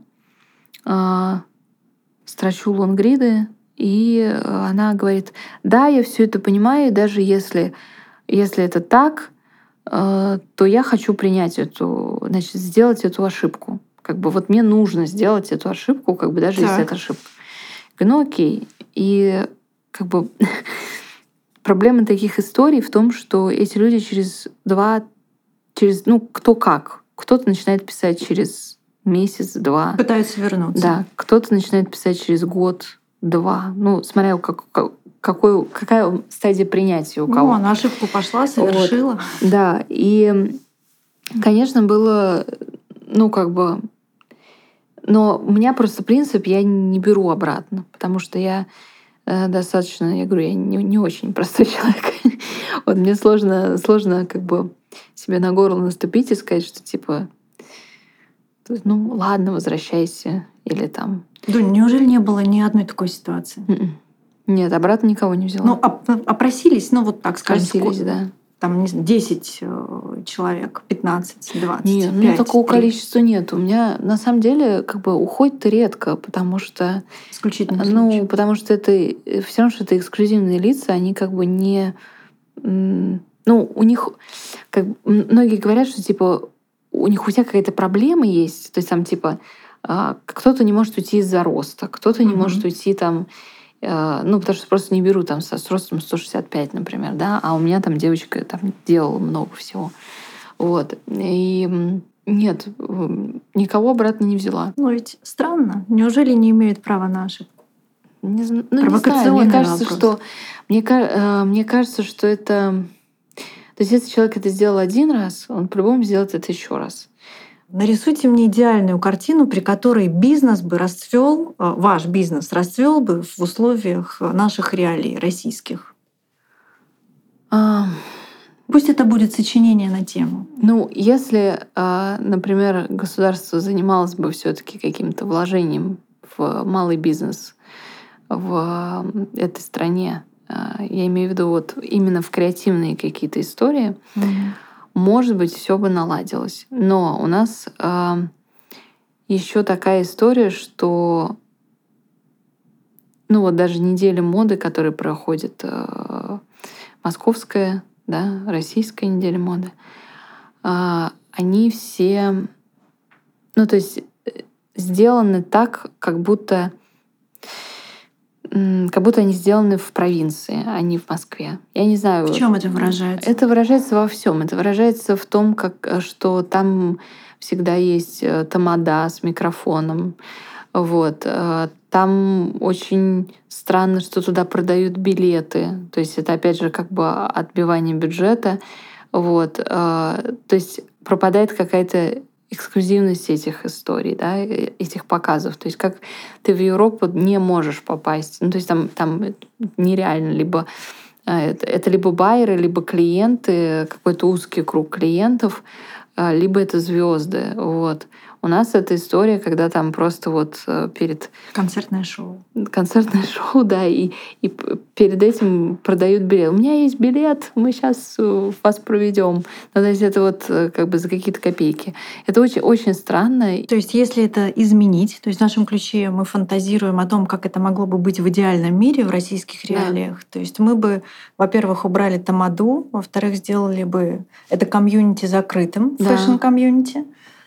а, строчу лонгриды, и э, она говорит, да, я все это понимаю, даже если, если это так, э, то я хочу принять эту, значит, сделать эту ошибку. Как бы вот мне нужно сделать эту ошибку, как бы даже если это Так. ошибка. Я говорю, ну окей. И как бы проблема таких историй в том, что эти люди через два, через, ну, кто как. Кто-то начинает писать через месяц-два. Пытаются вернуться. Да, кто-то начинает писать через год-два. Ну, смотря как, как- какой, какая стадия принятия у Ну, кого. она ошибку пошла, совершила. Вот. Да, и, конечно, было, ну, как бы... Но у меня просто принцип, я не беру обратно, потому что я э, достаточно, я говорю, я не, не очень простой человек. Вот мне сложно, сложно как бы себе на горло наступить и сказать, что типа, ну ладно, возвращайся, или там... Дунь, неужели не было ни одной такой ситуации? М-м. Нет, обратно никого не взяла. Ну, оп- опросились, ну, вот так скажем, Просились, ско- да. там, не знаю, десять э, человек, пятнадцать, двадцать, Нет, у меня пять, такого три. количества нет. У меня на самом деле как бы уходит редко, потому что, Исключительный ну, случай. потому что это все равно, что это эксклюзивные лица, они как бы не, м, ну, у них, как бы, м, многие говорят, что типа у них у всех какая-то проблема есть, то есть там типа а, кто-то не может уйти из-за роста, кто-то не Мгм. может уйти там, э, ну, потому что просто не беру там со, с ростом сто шестьдесят пять, например, да, а у меня там девочка там делала много всего. Вот. И м, нет, м, никого обратно не взяла. Ну, ведь странно. Неужели не имеют права на ошибку? Не, зн- ну, не знаю, Провокационный мне кажется, вопрос. что мне, ка- э, мне кажется, что это... То есть если человек это сделал один раз, он по-любому сделает это еще раз. Нарисуйте мне идеальную картину, при которой бизнес бы расцвел, ваш бизнес расцвел бы в условиях наших реалий российских. А, Пусть это будет сочинение на тему. Ну, если, а, например, государство занималось бы все-таки каким-то вложением в малый бизнес в этой стране, а, я имею в виду вот именно в креативные какие-то истории, Mm-hmm. может быть, все бы наладилось. Но у нас э, еще такая история, что ну вот даже неделя моды, которая проходит, э, московская, да, российская неделя моды, э, они все, ну то есть сделаны так, как будто как будто они сделаны в провинции, а не в Москве. Я не знаю. В чем это выражается? Это выражается во всем. Это выражается в том, как, что там всегда есть тамада с микрофоном. Вот. Там очень странно, что туда продают билеты. То есть это, опять же, как бы отбивание бюджета. Вот. То есть пропадает какая-то эксклюзивность этих историй, да, этих показов. То есть как ты в Европу не можешь попасть. Ну, то есть там, там нереально. Либо это, это либо байеры, либо клиенты, какой-то узкий круг клиентов, либо это звезды. Вот. У нас эта история, когда там просто вот перед... Концертное шоу. Концертное шоу, да, и, и перед этим продают билет. У меня есть билет, мы сейчас вас проведем. Ну, то есть это вот как бы за какие-то копейки. Это очень, очень странно. То есть если это изменить, то есть в нашем ключе мы фантазируем о том, как это могло бы быть в идеальном мире, в российских реалиях, да. То есть мы бы, во-первых, убрали тамаду, во-вторых, сделали бы это комьюнити закрытым, да. Фэшн-комьюнити.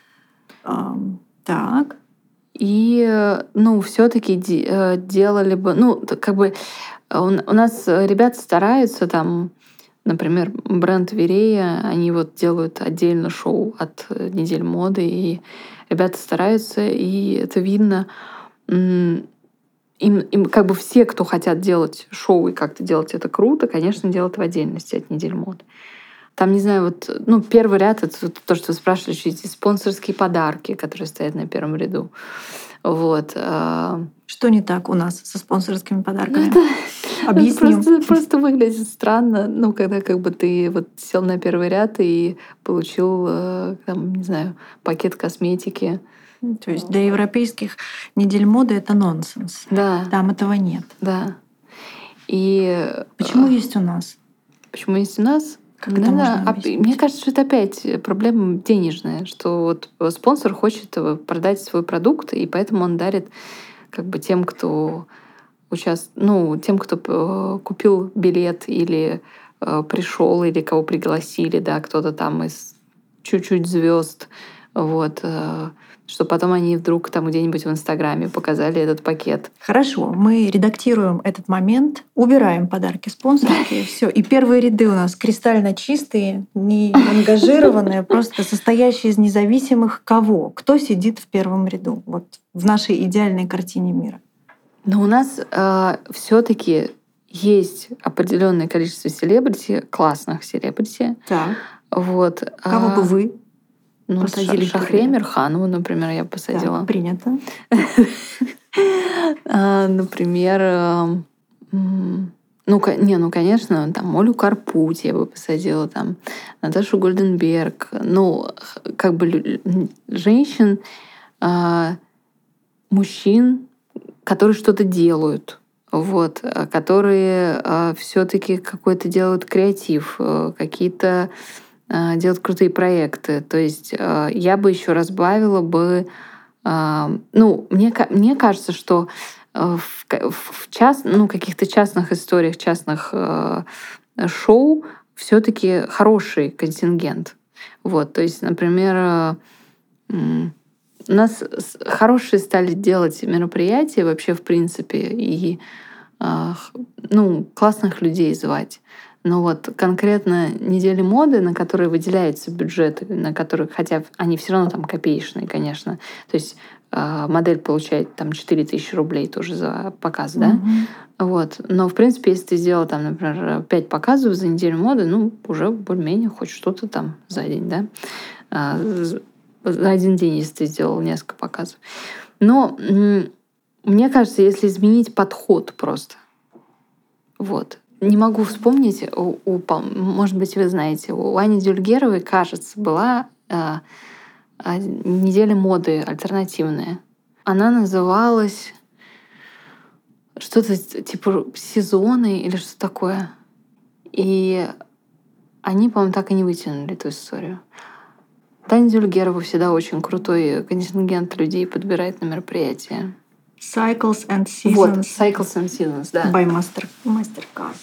Так. И, ну, все-таки делали бы, ну, как бы у нас ребята стараются там, например, бренд Верея, они вот делают отдельно шоу от недель моды, и ребята стараются, и это видно. Им, им как бы все, кто хотят делать шоу и как-то делать это круто, конечно, делают в отдельности от недель моды. Там, не знаю, вот, ну, первый ряд — это то, что вы спрашивали, эти спонсорские подарки, которые стоят на первом ряду. Вот. Что не так у нас со спонсорскими подарками? Это, Объясним. Просто, просто выглядит странно, ну, когда как бы ты вот сел на первый ряд и получил, там, не знаю, пакет косметики. То есть для европейских недель моды это нонсенс. Да. Там этого нет. Да. И почему есть у нас? Почему есть у нас? Как это можно а, мне кажется, что это опять проблема денежная, что вот спонсор хочет продать свой продукт, и поэтому он дарит как бы тем, кто участ... ну, тем, кто купил билет или э, пришел, или кого пригласили, да, кто-то там из чуть-чуть звезд, вот, э, что потом они вдруг там где-нибудь в Инстаграме показали этот пакет. Хорошо, мы редактируем этот момент, убираем подарки спонсорские, все. И первые ряды у нас кристально чистые, не ангажированные, просто состоящие из независимых кого? Кто сидит в первом ряду? Вот в нашей идеальной картине мира. Но у нас э, все-таки есть определенное количество селебрити, классных селебрити. Так. Вот. Кого бы вы? Ну, Шахре Мирханову, например, я посадила. Да, принято. Например, ну, не, ну, конечно, там Олю Карпуть я бы посадила, там Наташу Гольденберг. Ну, как бы женщин, мужчин, которые что-то делают, вот, которые все-таки какой-то делают креатив, какие-то делать крутые проекты. То есть я бы еще разбавила бы... Ну, мне, мне кажется, что в, в част, ну, каких-то частных историях, частных шоу все-таки хороший контингент. Вот, то есть, например, у нас хорошие стали делать мероприятия вообще, в принципе, и ну, классных людей звать. Но вот конкретно недели моды, на которые выделяются бюджеты, на которых, хотя они все равно там копеечные, конечно. То есть э, модель получает там четыре тысячи рублей тоже за показ, да? Mm-hmm. Вот. Но, в принципе, если ты сделал там, например, пять показов за неделю моды, ну, уже более-менее хоть что-то там за день, да? За один день, если ты сделал несколько показов. Но мне кажется, если изменить подход просто. Вот. Не могу вспомнить, у, у, может быть, вы знаете, у Ани Дюльгеровой, кажется, была э, э, неделя моды альтернативная. Она называлась что-то типа сезоны или что такое. И они, по-моему, так и не вытянули эту историю. Таня Дюльгерова всегда очень крутой контингент людей подбирает на мероприятия. Cycles and Seasons. Вот, Cycles and Seasons, да. By Master, MasterCard.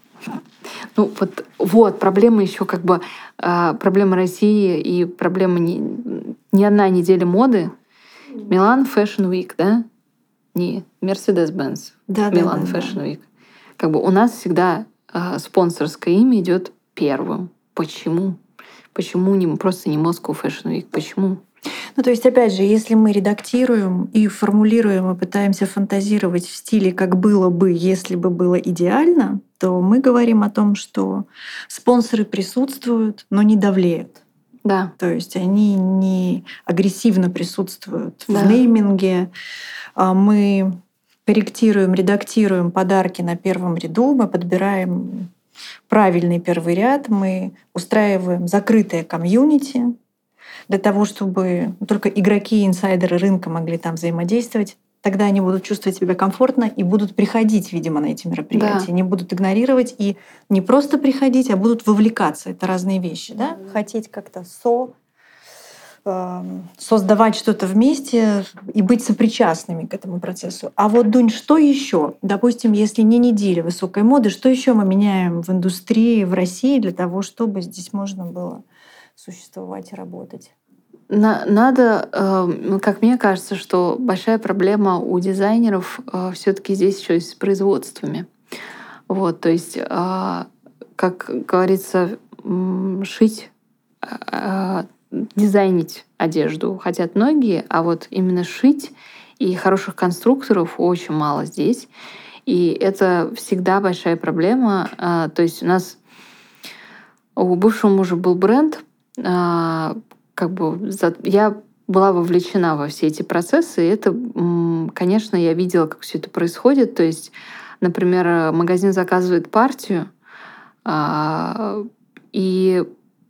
Ну вот, вот проблема еще как бы э, проблема России и проблема не, не одна неделя моды. Милан Fashion Week, да? Не Mercedes-Benz. Да, Милан да, да, Fashion да. Week. Как бы у нас всегда э, спонсорское имя идет первым. Почему? Почему не просто не Moscow Fashion Week? Почему? Ну, то есть, опять же, если мы редактируем и формулируем и пытаемся фантазировать в стиле «как было бы, если бы было идеально», то мы говорим о том, что спонсоры присутствуют, но не давлеют. Да. То есть они не агрессивно присутствуют Да. в нейминге. Мы корректируем, редактируем подарки на первом ряду, мы подбираем правильный первый ряд, мы устраиваем закрытое комьюнити для того, чтобы только игроки и инсайдеры рынка могли там взаимодействовать. Тогда они будут чувствовать себя комфортно и будут приходить, видимо, на эти мероприятия. Да. Не будут игнорировать и не просто приходить, а будут вовлекаться. Это разные вещи. Да? Да. Хотеть как-то со, э, создавать что-то вместе и быть сопричастными к этому процессу. А вот, Дунь, что еще? Допустим, если не неделя высокой моды, что еще мы меняем в индустрии, в России для того, чтобы здесь можно было существовать и работать? Надо, как мне кажется, что большая проблема у дизайнеров все-таки здесь еще и с производствами. Вот, то есть, как говорится, шить, дизайнить одежду хотят многие, а вот именно шить и хороших конструкторов очень мало здесь. И это всегда большая проблема. То есть у нас у бывшего мужа был бренд, как бы я была вовлечена во все эти процессы, и это, конечно, я видела, как все это происходит. То есть, например, магазин заказывает партию, и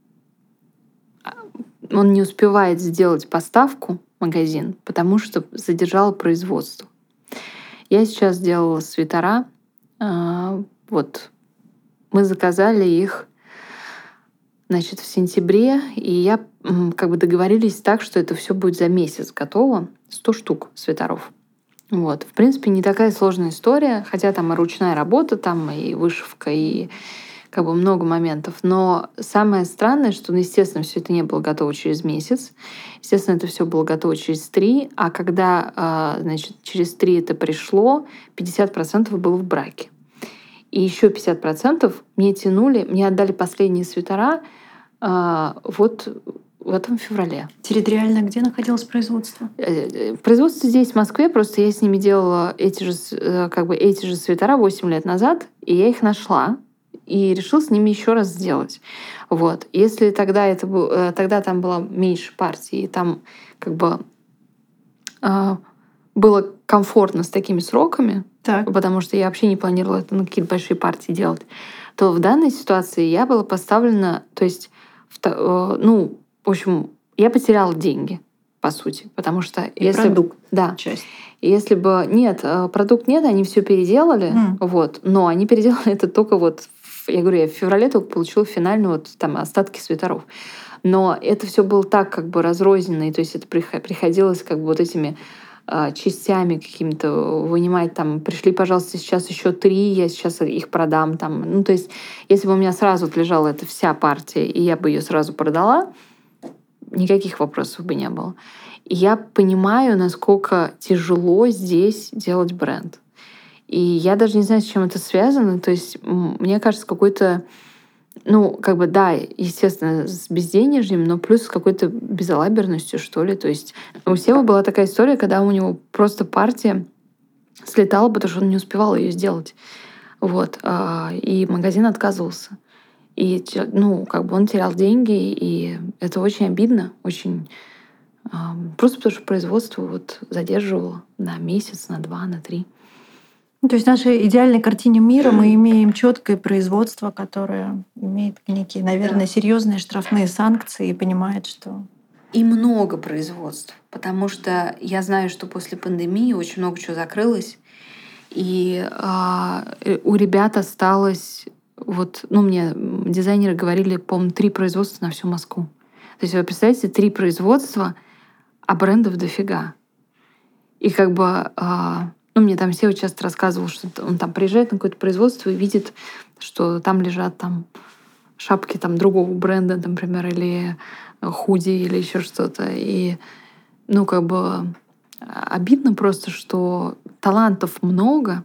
он не успевает сделать поставку, магазин, потому что задержал производство. Я сейчас сделала свитера. Вот мы заказали их, значит, в сентябре, и я как бы договорились так, что это все будет за месяц готово. сто штук свитеров. Вот. В принципе, не такая сложная история, хотя там и ручная работа, там и вышивка, и как бы много моментов. Но самое странное, что, ну, естественно, все это не было готово через месяц. Естественно, это все было готово через три. А когда, значит, через три это пришло, пятьдесят процентов было в браке. И еще пятьдесят процентов мне тянули, мне отдали последние свитера вот в этом феврале. Территориально где находилось производство? Производство здесь, в Москве, просто я с ними делала эти же, как бы эти же свитера восемь лет назад, и я их нашла и решила с ними еще раз сделать. Вот. Если тогда, это был, тогда там была меньше партий, и там как бы было комфортно с такими сроками, так. потому что я вообще не планировала это на какие-то большие партии делать, то в данной ситуации я была поставлена, то есть, ну, в общем, я потеряла деньги, по сути, потому что и если продукт, да, часть. Если бы нет, продукт нет, они все переделали, mm. вот, но они переделали это только вот, я говорю, я в феврале только получила финальные вот там остатки свитеров. Но это все было так как бы разрозненно, и то есть это приходилось как бы вот этими э, частями какими-то вынимать, там, пришли, пожалуйста, сейчас еще три, я сейчас их продам, там, ну, то есть если бы у меня сразу вот лежала эта вся партия, и я бы ее сразу продала, никаких вопросов бы не было. И я понимаю, насколько тяжело здесь делать бренд. И я даже не знаю, с чем это связано. То есть, мне кажется, какой-то, ну, как бы, да, естественно, с безденежьем, но плюс с какой-то безалаберностью, что ли. То есть у Севы была такая история, когда у него просто партия слетала, потому что он не успевал ее сделать. Вот. И магазин отказывался. И, ну, как бы он терял деньги, и это очень обидно, очень... Просто потому что производство вот задерживало на месяц, на два, на три. Ну, то есть в нашей идеальной картине мира мы имеем четкое производство, которое имеет некие, наверное, Да. серьезные штрафные санкции и понимает, что И много производств, потому что я знаю, что после пандемии очень много чего закрылось, и а, э, у ребят осталось вот, ну мне дизайнеры говорили, по-моему, три производства на всю Москву. То есть вы представляете, три производства, а брендов дофига. И как бы, а, ну мне там Сева часто рассказывал, что он там приезжает на какое-то производство и видит, что там лежат там шапки там другого бренда, например, или худи, или еще что-то. И, ну, как бы обидно просто, что талантов много,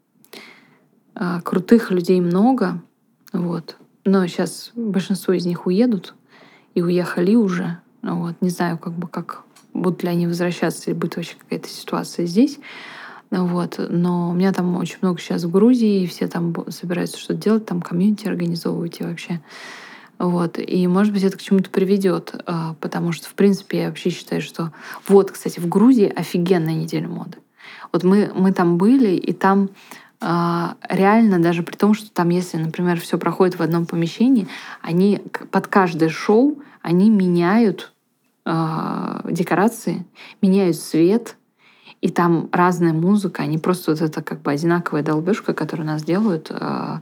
крутых людей много, вот. Но сейчас большинство из них уедут и уехали уже. Вот. Не знаю, как бы как будут ли они возвращаться, или будет вообще какая-то ситуация здесь. Вот. Но у меня там очень много сейчас в Грузии, и все там собираются что-то делать, там комьюнити организовывать и вообще. Вот. И, может быть, это к чему-то приведет, потому что, в принципе, я вообще считаю, что... Вот, кстати, в Грузии офигенная неделя моды. Вот мы, мы там были, и там а, реально, даже при том, что там, если, например, все проходит в одном помещении, они под каждое шоу они меняют а, декорации, меняют свет, и там разная музыка, они просто вот это как бы одинаковая долбёжка, которую у нас делают, а,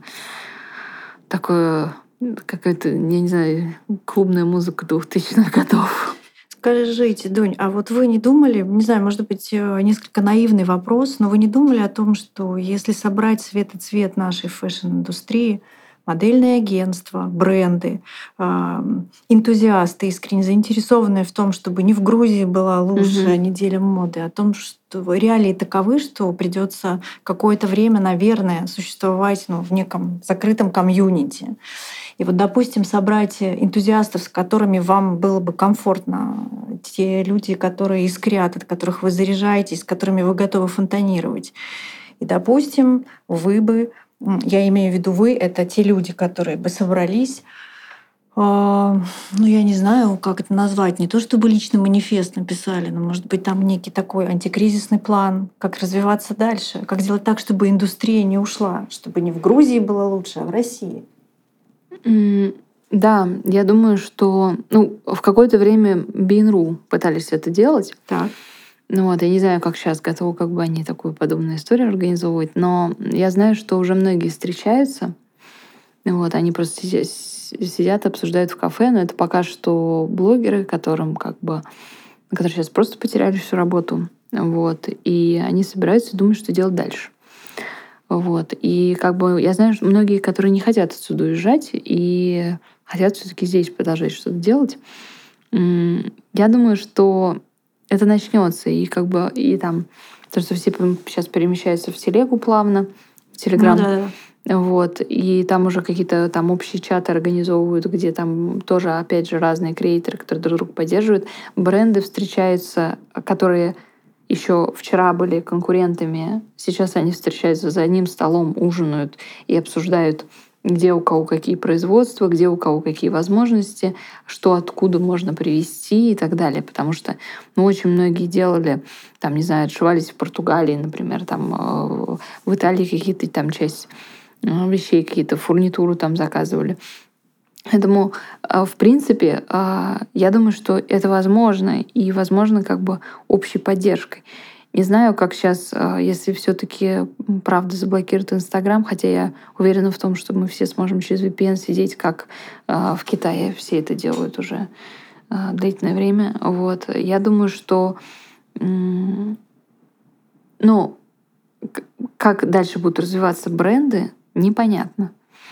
такое... какая-то, я не знаю, клубная музыка двухтысячных годов. Скажите, Дунь, а вот вы не думали, не знаю, может быть, несколько наивный вопрос, но вы не думали о том, что если собрать свет и цвет нашей фэшн-индустрии, модельные агентства, бренды, энтузиасты, искренне заинтересованные в том, чтобы не в Грузии была лучшая Мгм. неделя моды, о том, что реалии таковы, что придется какое-то время, наверное, существовать, ну, в неком закрытом комьюнити. И вот, допустим, собрать энтузиастов, с которыми вам было бы комфортно, те люди, которые искрят, от которых вы заряжаетесь, с которыми вы готовы фонтанировать. И, допустим, вы бы, я имею в виду вы, это те люди, которые бы собрались, ну, я не знаю, как это назвать, не то чтобы личный манифест написали, но, может быть, там некий такой антикризисный план, как развиваться дальше, как сделать так, чтобы индустрия не ушла, чтобы не в Грузии было лучше, а в России. М, Да, я думаю, что ну, в какое-то время Bean.ru пытались это делать. Так. Ну вот, я не знаю, как сейчас готовы как бы они такую подобную историю организовывать, но я знаю, что уже многие встречаются. Вот, они просто сидят, сидят, обсуждают в кафе, но это пока что блогеры, которым как бы, которые сейчас просто потеряли всю работу. Вот, и они собираются и думают, что делать дальше. Вот. И как бы я знаю, что многие, которые не хотят отсюда уезжать и хотят все-таки здесь продолжать что-то делать. М, Я думаю, что это начнется. И как бы и там то, что все сейчас перемещаются в телегу плавно, в Телеграм. Ну, да, да. Вот. И там уже какие-то там общие чаты организовывают, где там тоже, опять же, разные креаторы, которые друг друга поддерживают. Бренды встречаются, которые еще вчера были конкурентами, сейчас они встречаются за одним столом, ужинают и обсуждают, где у кого какие производства, где у кого какие возможности, что откуда можно привезти и так далее. Потому что ну, очень многие делали, там, не знаю, отшивались в Португалии, например, там, э, в Италии какие-то там часть э, вещей, какие-то фурнитуру там заказывали. Поэтому, э, в принципе, э, я думаю, что это возможно, и возможно как бы общей поддержкой. Не знаю, как сейчас, если все-таки правда заблокируют Инстаграм, хотя я уверена в том, что мы все сможем через ви пи эн сидеть, как э, в Китае все это делают уже э, длительное время. Вот. Я думаю, что м, ну, к- как дальше будут развиваться бренды, непонятно.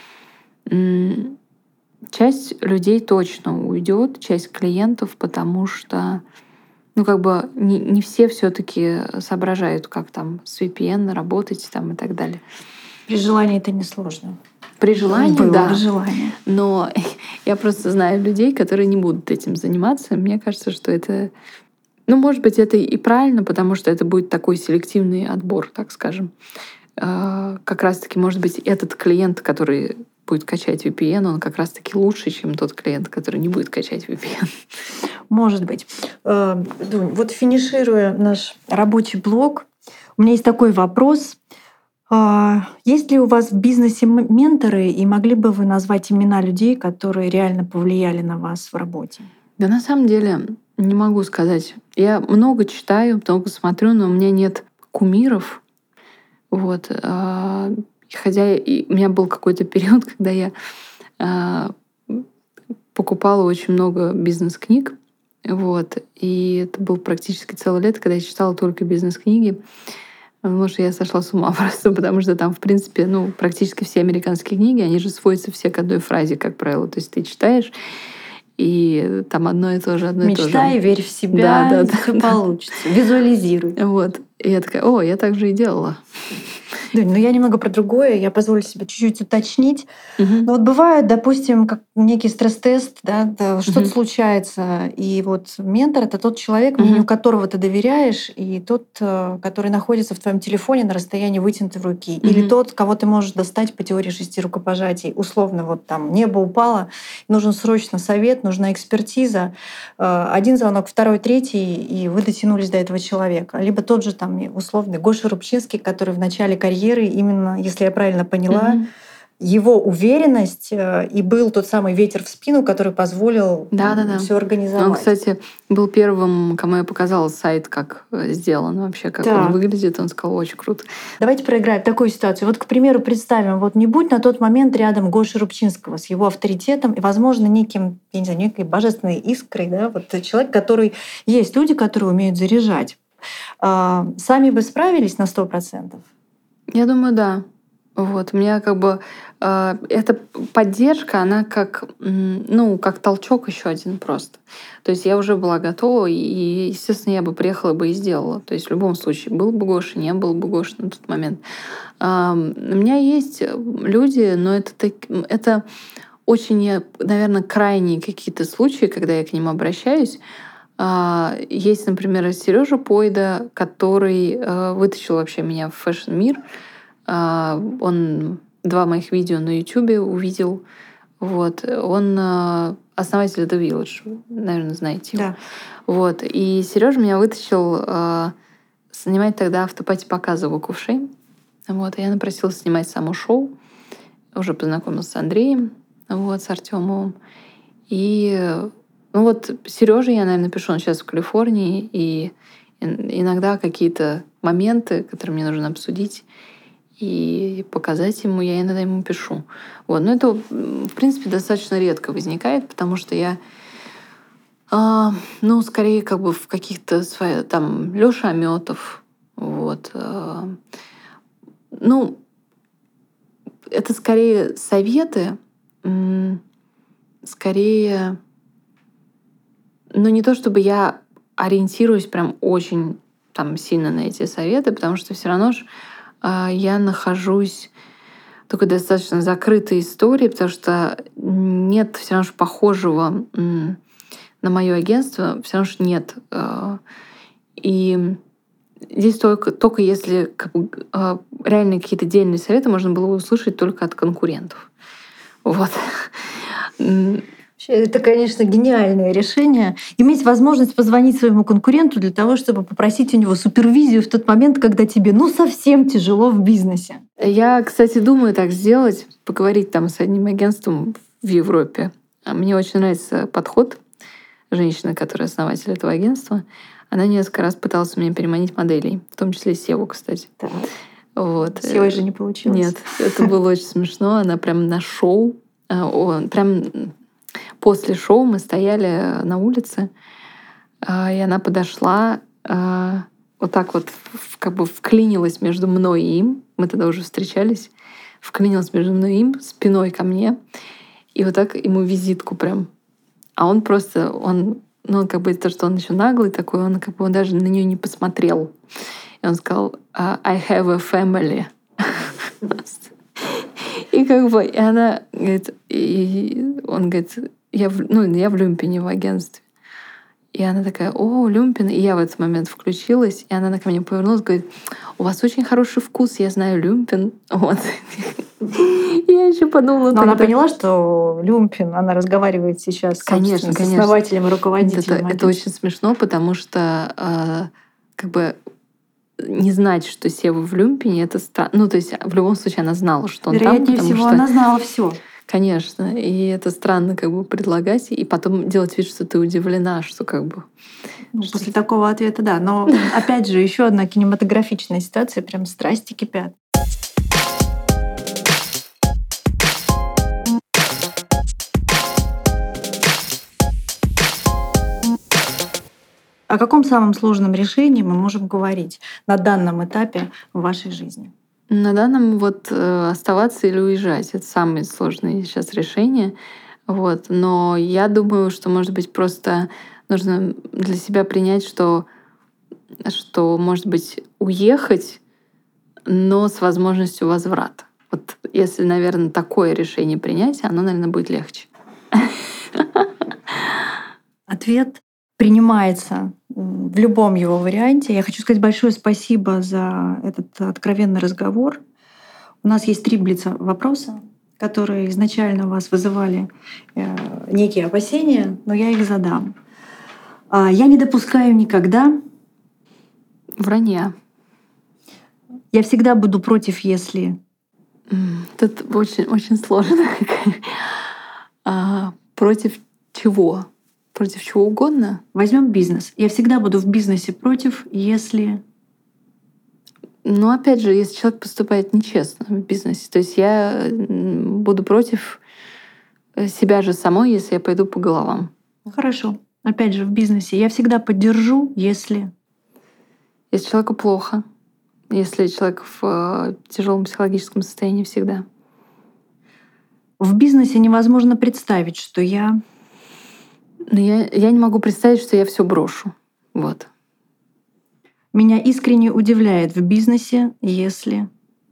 М, Часть людей точно уйдет, часть клиентов, потому что ну, как бы не, не все все-таки соображают, как там с ви пи эн работать там, и так далее. При желании это несложно. При желании, Было да. бы желание. Но я просто знаю людей, которые не будут этим заниматься. Мне кажется, что это... Ну, может быть, это и правильно, потому что это будет такой селективный отбор, так скажем. Как раз-таки, может быть, этот клиент, который будет качать ви пи эн, он как раз-таки лучше, чем тот клиент, который не будет качать ви пи эн. Может быть. Дунь, вот финишируя наш рабочий блок, у меня есть такой вопрос. Есть ли у вас в бизнесе менторы, и могли бы вы назвать имена людей, которые реально повлияли на вас в работе? Да, на самом деле, не могу сказать. Я много читаю, много смотрю, но у меня нет кумиров. Вот. Хотя у меня был какой-то период, когда я покупала очень много бизнес-книг. Вот. И это было практически целое лето, когда я читала только бизнес-книги. Может, я сошла с ума просто, потому что там, в принципе, ну, практически все американские книги, они же сводятся все к одной фразе, как правило. То есть ты читаешь, и там одно и то же, одно и то же. Мечтай, верь в себя, да, да, все да, получится. Визуализируй. Вот. И я такая, о, я так же и делала. Дунь, ну я немного про другое, я позволю себе чуть-чуть уточнить. Угу. Но вот бывает, допустим, как некий стресс-тест, да, что-то угу. случается, и вот ментор — это тот человек, мнению угу. которого ты доверяешь, и тот, который находится в твоем телефоне на расстоянии вытянутой руки, угу. или тот, кого ты можешь достать по теории шести рукопожатий. Условно, вот там небо упало, нужен срочно совет, нужна экспертиза, один звонок, второй, третий, и вы дотянулись до этого человека. Либо тот же там условный Гоша Рубчинский, который в начале карьеры, именно, если я правильно поняла, mm-hmm. его уверенность и был тот самый ветер в спину, который позволил да, да, да. все организовать. Он, кстати, был первым, кому я показала сайт, как сделан вообще, как да. он выглядит. Он сказал, очень круто. Давайте проиграем такую ситуацию. Вот, к примеру, представим, вот не будь на тот момент рядом Гоши Рубчинского с его авторитетом и, возможно, неким, я не знаю, некой божественной искрой, да, вот человек, который... Есть люди, которые умеют заряжать. Сами бы справились на сто процентов? Я думаю, да. Вот. У меня как бы э, эта поддержка, она как, ну, как толчок еще один просто. То есть я уже была готова, и, естественно, я бы приехала бы и сделала. То есть в любом случае, был бы Гоша, не был бы Гоша на тот момент. Э, у меня есть люди, но это, так, это очень, наверное, крайние какие-то случаи, когда я к ним обращаюсь. Есть, например, Сережа Пойда, который вытащил вообще меня в фэшн-мир. Он два моих видео на Ютубе увидел. Вот. Он основатель The Village, наверное, знаете его. Да. Вот. И Сережа меня вытащил снимать тогда автопати-показы в Кувшей. Вот. И я напросилась снимать само шоу. Уже познакомилась с Андреем, вот, с Артёмовым. И ну вот Серёже я, наверное, пишу, он сейчас в Калифорнии, и иногда какие-то моменты, которые мне нужно обсудить и показать ему, я иногда ему пишу. Вот. Но это, в принципе, достаточно редко возникает, потому что я, э, ну, скорее, как бы в каких-то своих, там, Лёша Амётов, вот. Э, ну, это скорее советы, э, скорее... Но не то, чтобы я ориентируюсь прям очень там, сильно на эти советы, потому что все равно ж, э, я нахожусь в такой достаточно закрытой истории, потому что нет все равно ж похожего м, на мое агентство, все равно ж нет. Э, и здесь только, только если как бы, э, реально какие-то дельные советы можно было услышать только от конкурентов. Вот. Это, конечно, гениальное решение. Иметь возможность позвонить своему конкуренту для того, чтобы попросить у него супервизию в тот момент, когда тебе ну совсем тяжело в бизнесе. Я, кстати, думаю так сделать, поговорить там с одним агентством в Европе. Мне очень нравится подход женщины, которая основатель этого агентства. Она несколько раз пыталась у меня переманить моделей, в том числе Севу, кстати. Так. Вот. С Севой же не получилось. Нет, это было очень смешно. Она прям на шоу, прям... После шоу мы стояли на улице, и она подошла, вот так вот как бы вклинилась между мной и им. Мы тогда уже встречались. Вклинилась между мной и им, спиной ко мне. И вот так ему визитку прям. А он просто, он, ну, он как бы то, что он еще наглый такой, он как бы он даже на нее не посмотрел. И он сказал: I have a family. И как бы, и она говорит, и он говорит, я в, ну, я в Люмпине в агентстве. И она такая: о, Люмпин. И я в этот момент включилась, и она ко мне повернулась, говорит: у вас очень хороший вкус, я знаю Люмпин. Вот. Я еще подумала. Но она поняла, что Люмпин, она разговаривает сейчас, конечно, с конечно. основателем и руководителем. Это, это очень смешно, потому что э, как бы не знать, что Сева в Люмпине, это странно. Ну, то есть в любом случае она знала, что он Вероятнее там. Вероятнее всего, что... она знала все. Конечно. И это странно как бы предлагать, и потом делать вид, что ты удивлена, что как бы... Ну, что... После такого ответа, да. Но опять же, еще одна кинематографичная ситуация, прям страсти кипят. О каком самом сложном решении мы можем говорить на данном этапе в вашей жизни? На данном вот э, оставаться или уезжать — это самые сложные сейчас решения. Вот. Но я думаю, что, может быть, просто нужно для себя принять, что, что может быть, уехать, но с возможностью возврата. Вот если, наверное, такое решение принять, оно, наверное, будет легче. Ответ принимается в любом его варианте. Я хочу сказать большое спасибо за этот откровенный разговор. У нас есть три блица вопроса, которые изначально у вас вызывали некие опасения, но я их задам. Я не допускаю никогда вранья. Я всегда буду против, если... Тут очень, очень сложно. а, против чего? Против чего угодно? Возьмем бизнес. Я всегда буду в бизнесе против, если... Ну, опять же, если человек поступает нечестно в бизнесе. То есть я буду против себя же самой, если я пойду по головам. Хорошо. Опять же, в бизнесе я всегда поддержу, если... Если человеку плохо. Если человек в тяжелом психологическом состоянии всегда. В бизнесе невозможно представить, что я... Но я, я не могу представить, что я все брошу. Вот. Меня искренне удивляет в бизнесе, если...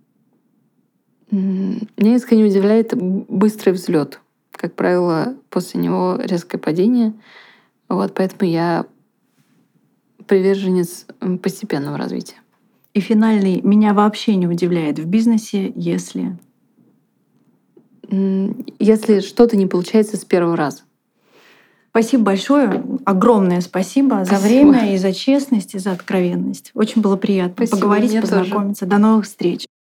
Меня искренне удивляет быстрый взлет. Как правило, после него резкое падение. Вот, поэтому я приверженец постепенного развития. И финальный: меня вообще не удивляет в бизнесе, если... Если что-то не получается с первого раза. Спасибо большое. Огромное спасибо, спасибо за время и за честность, и за откровенность. Очень было приятно спасибо, поговорить, познакомиться. Тоже. До новых встреч.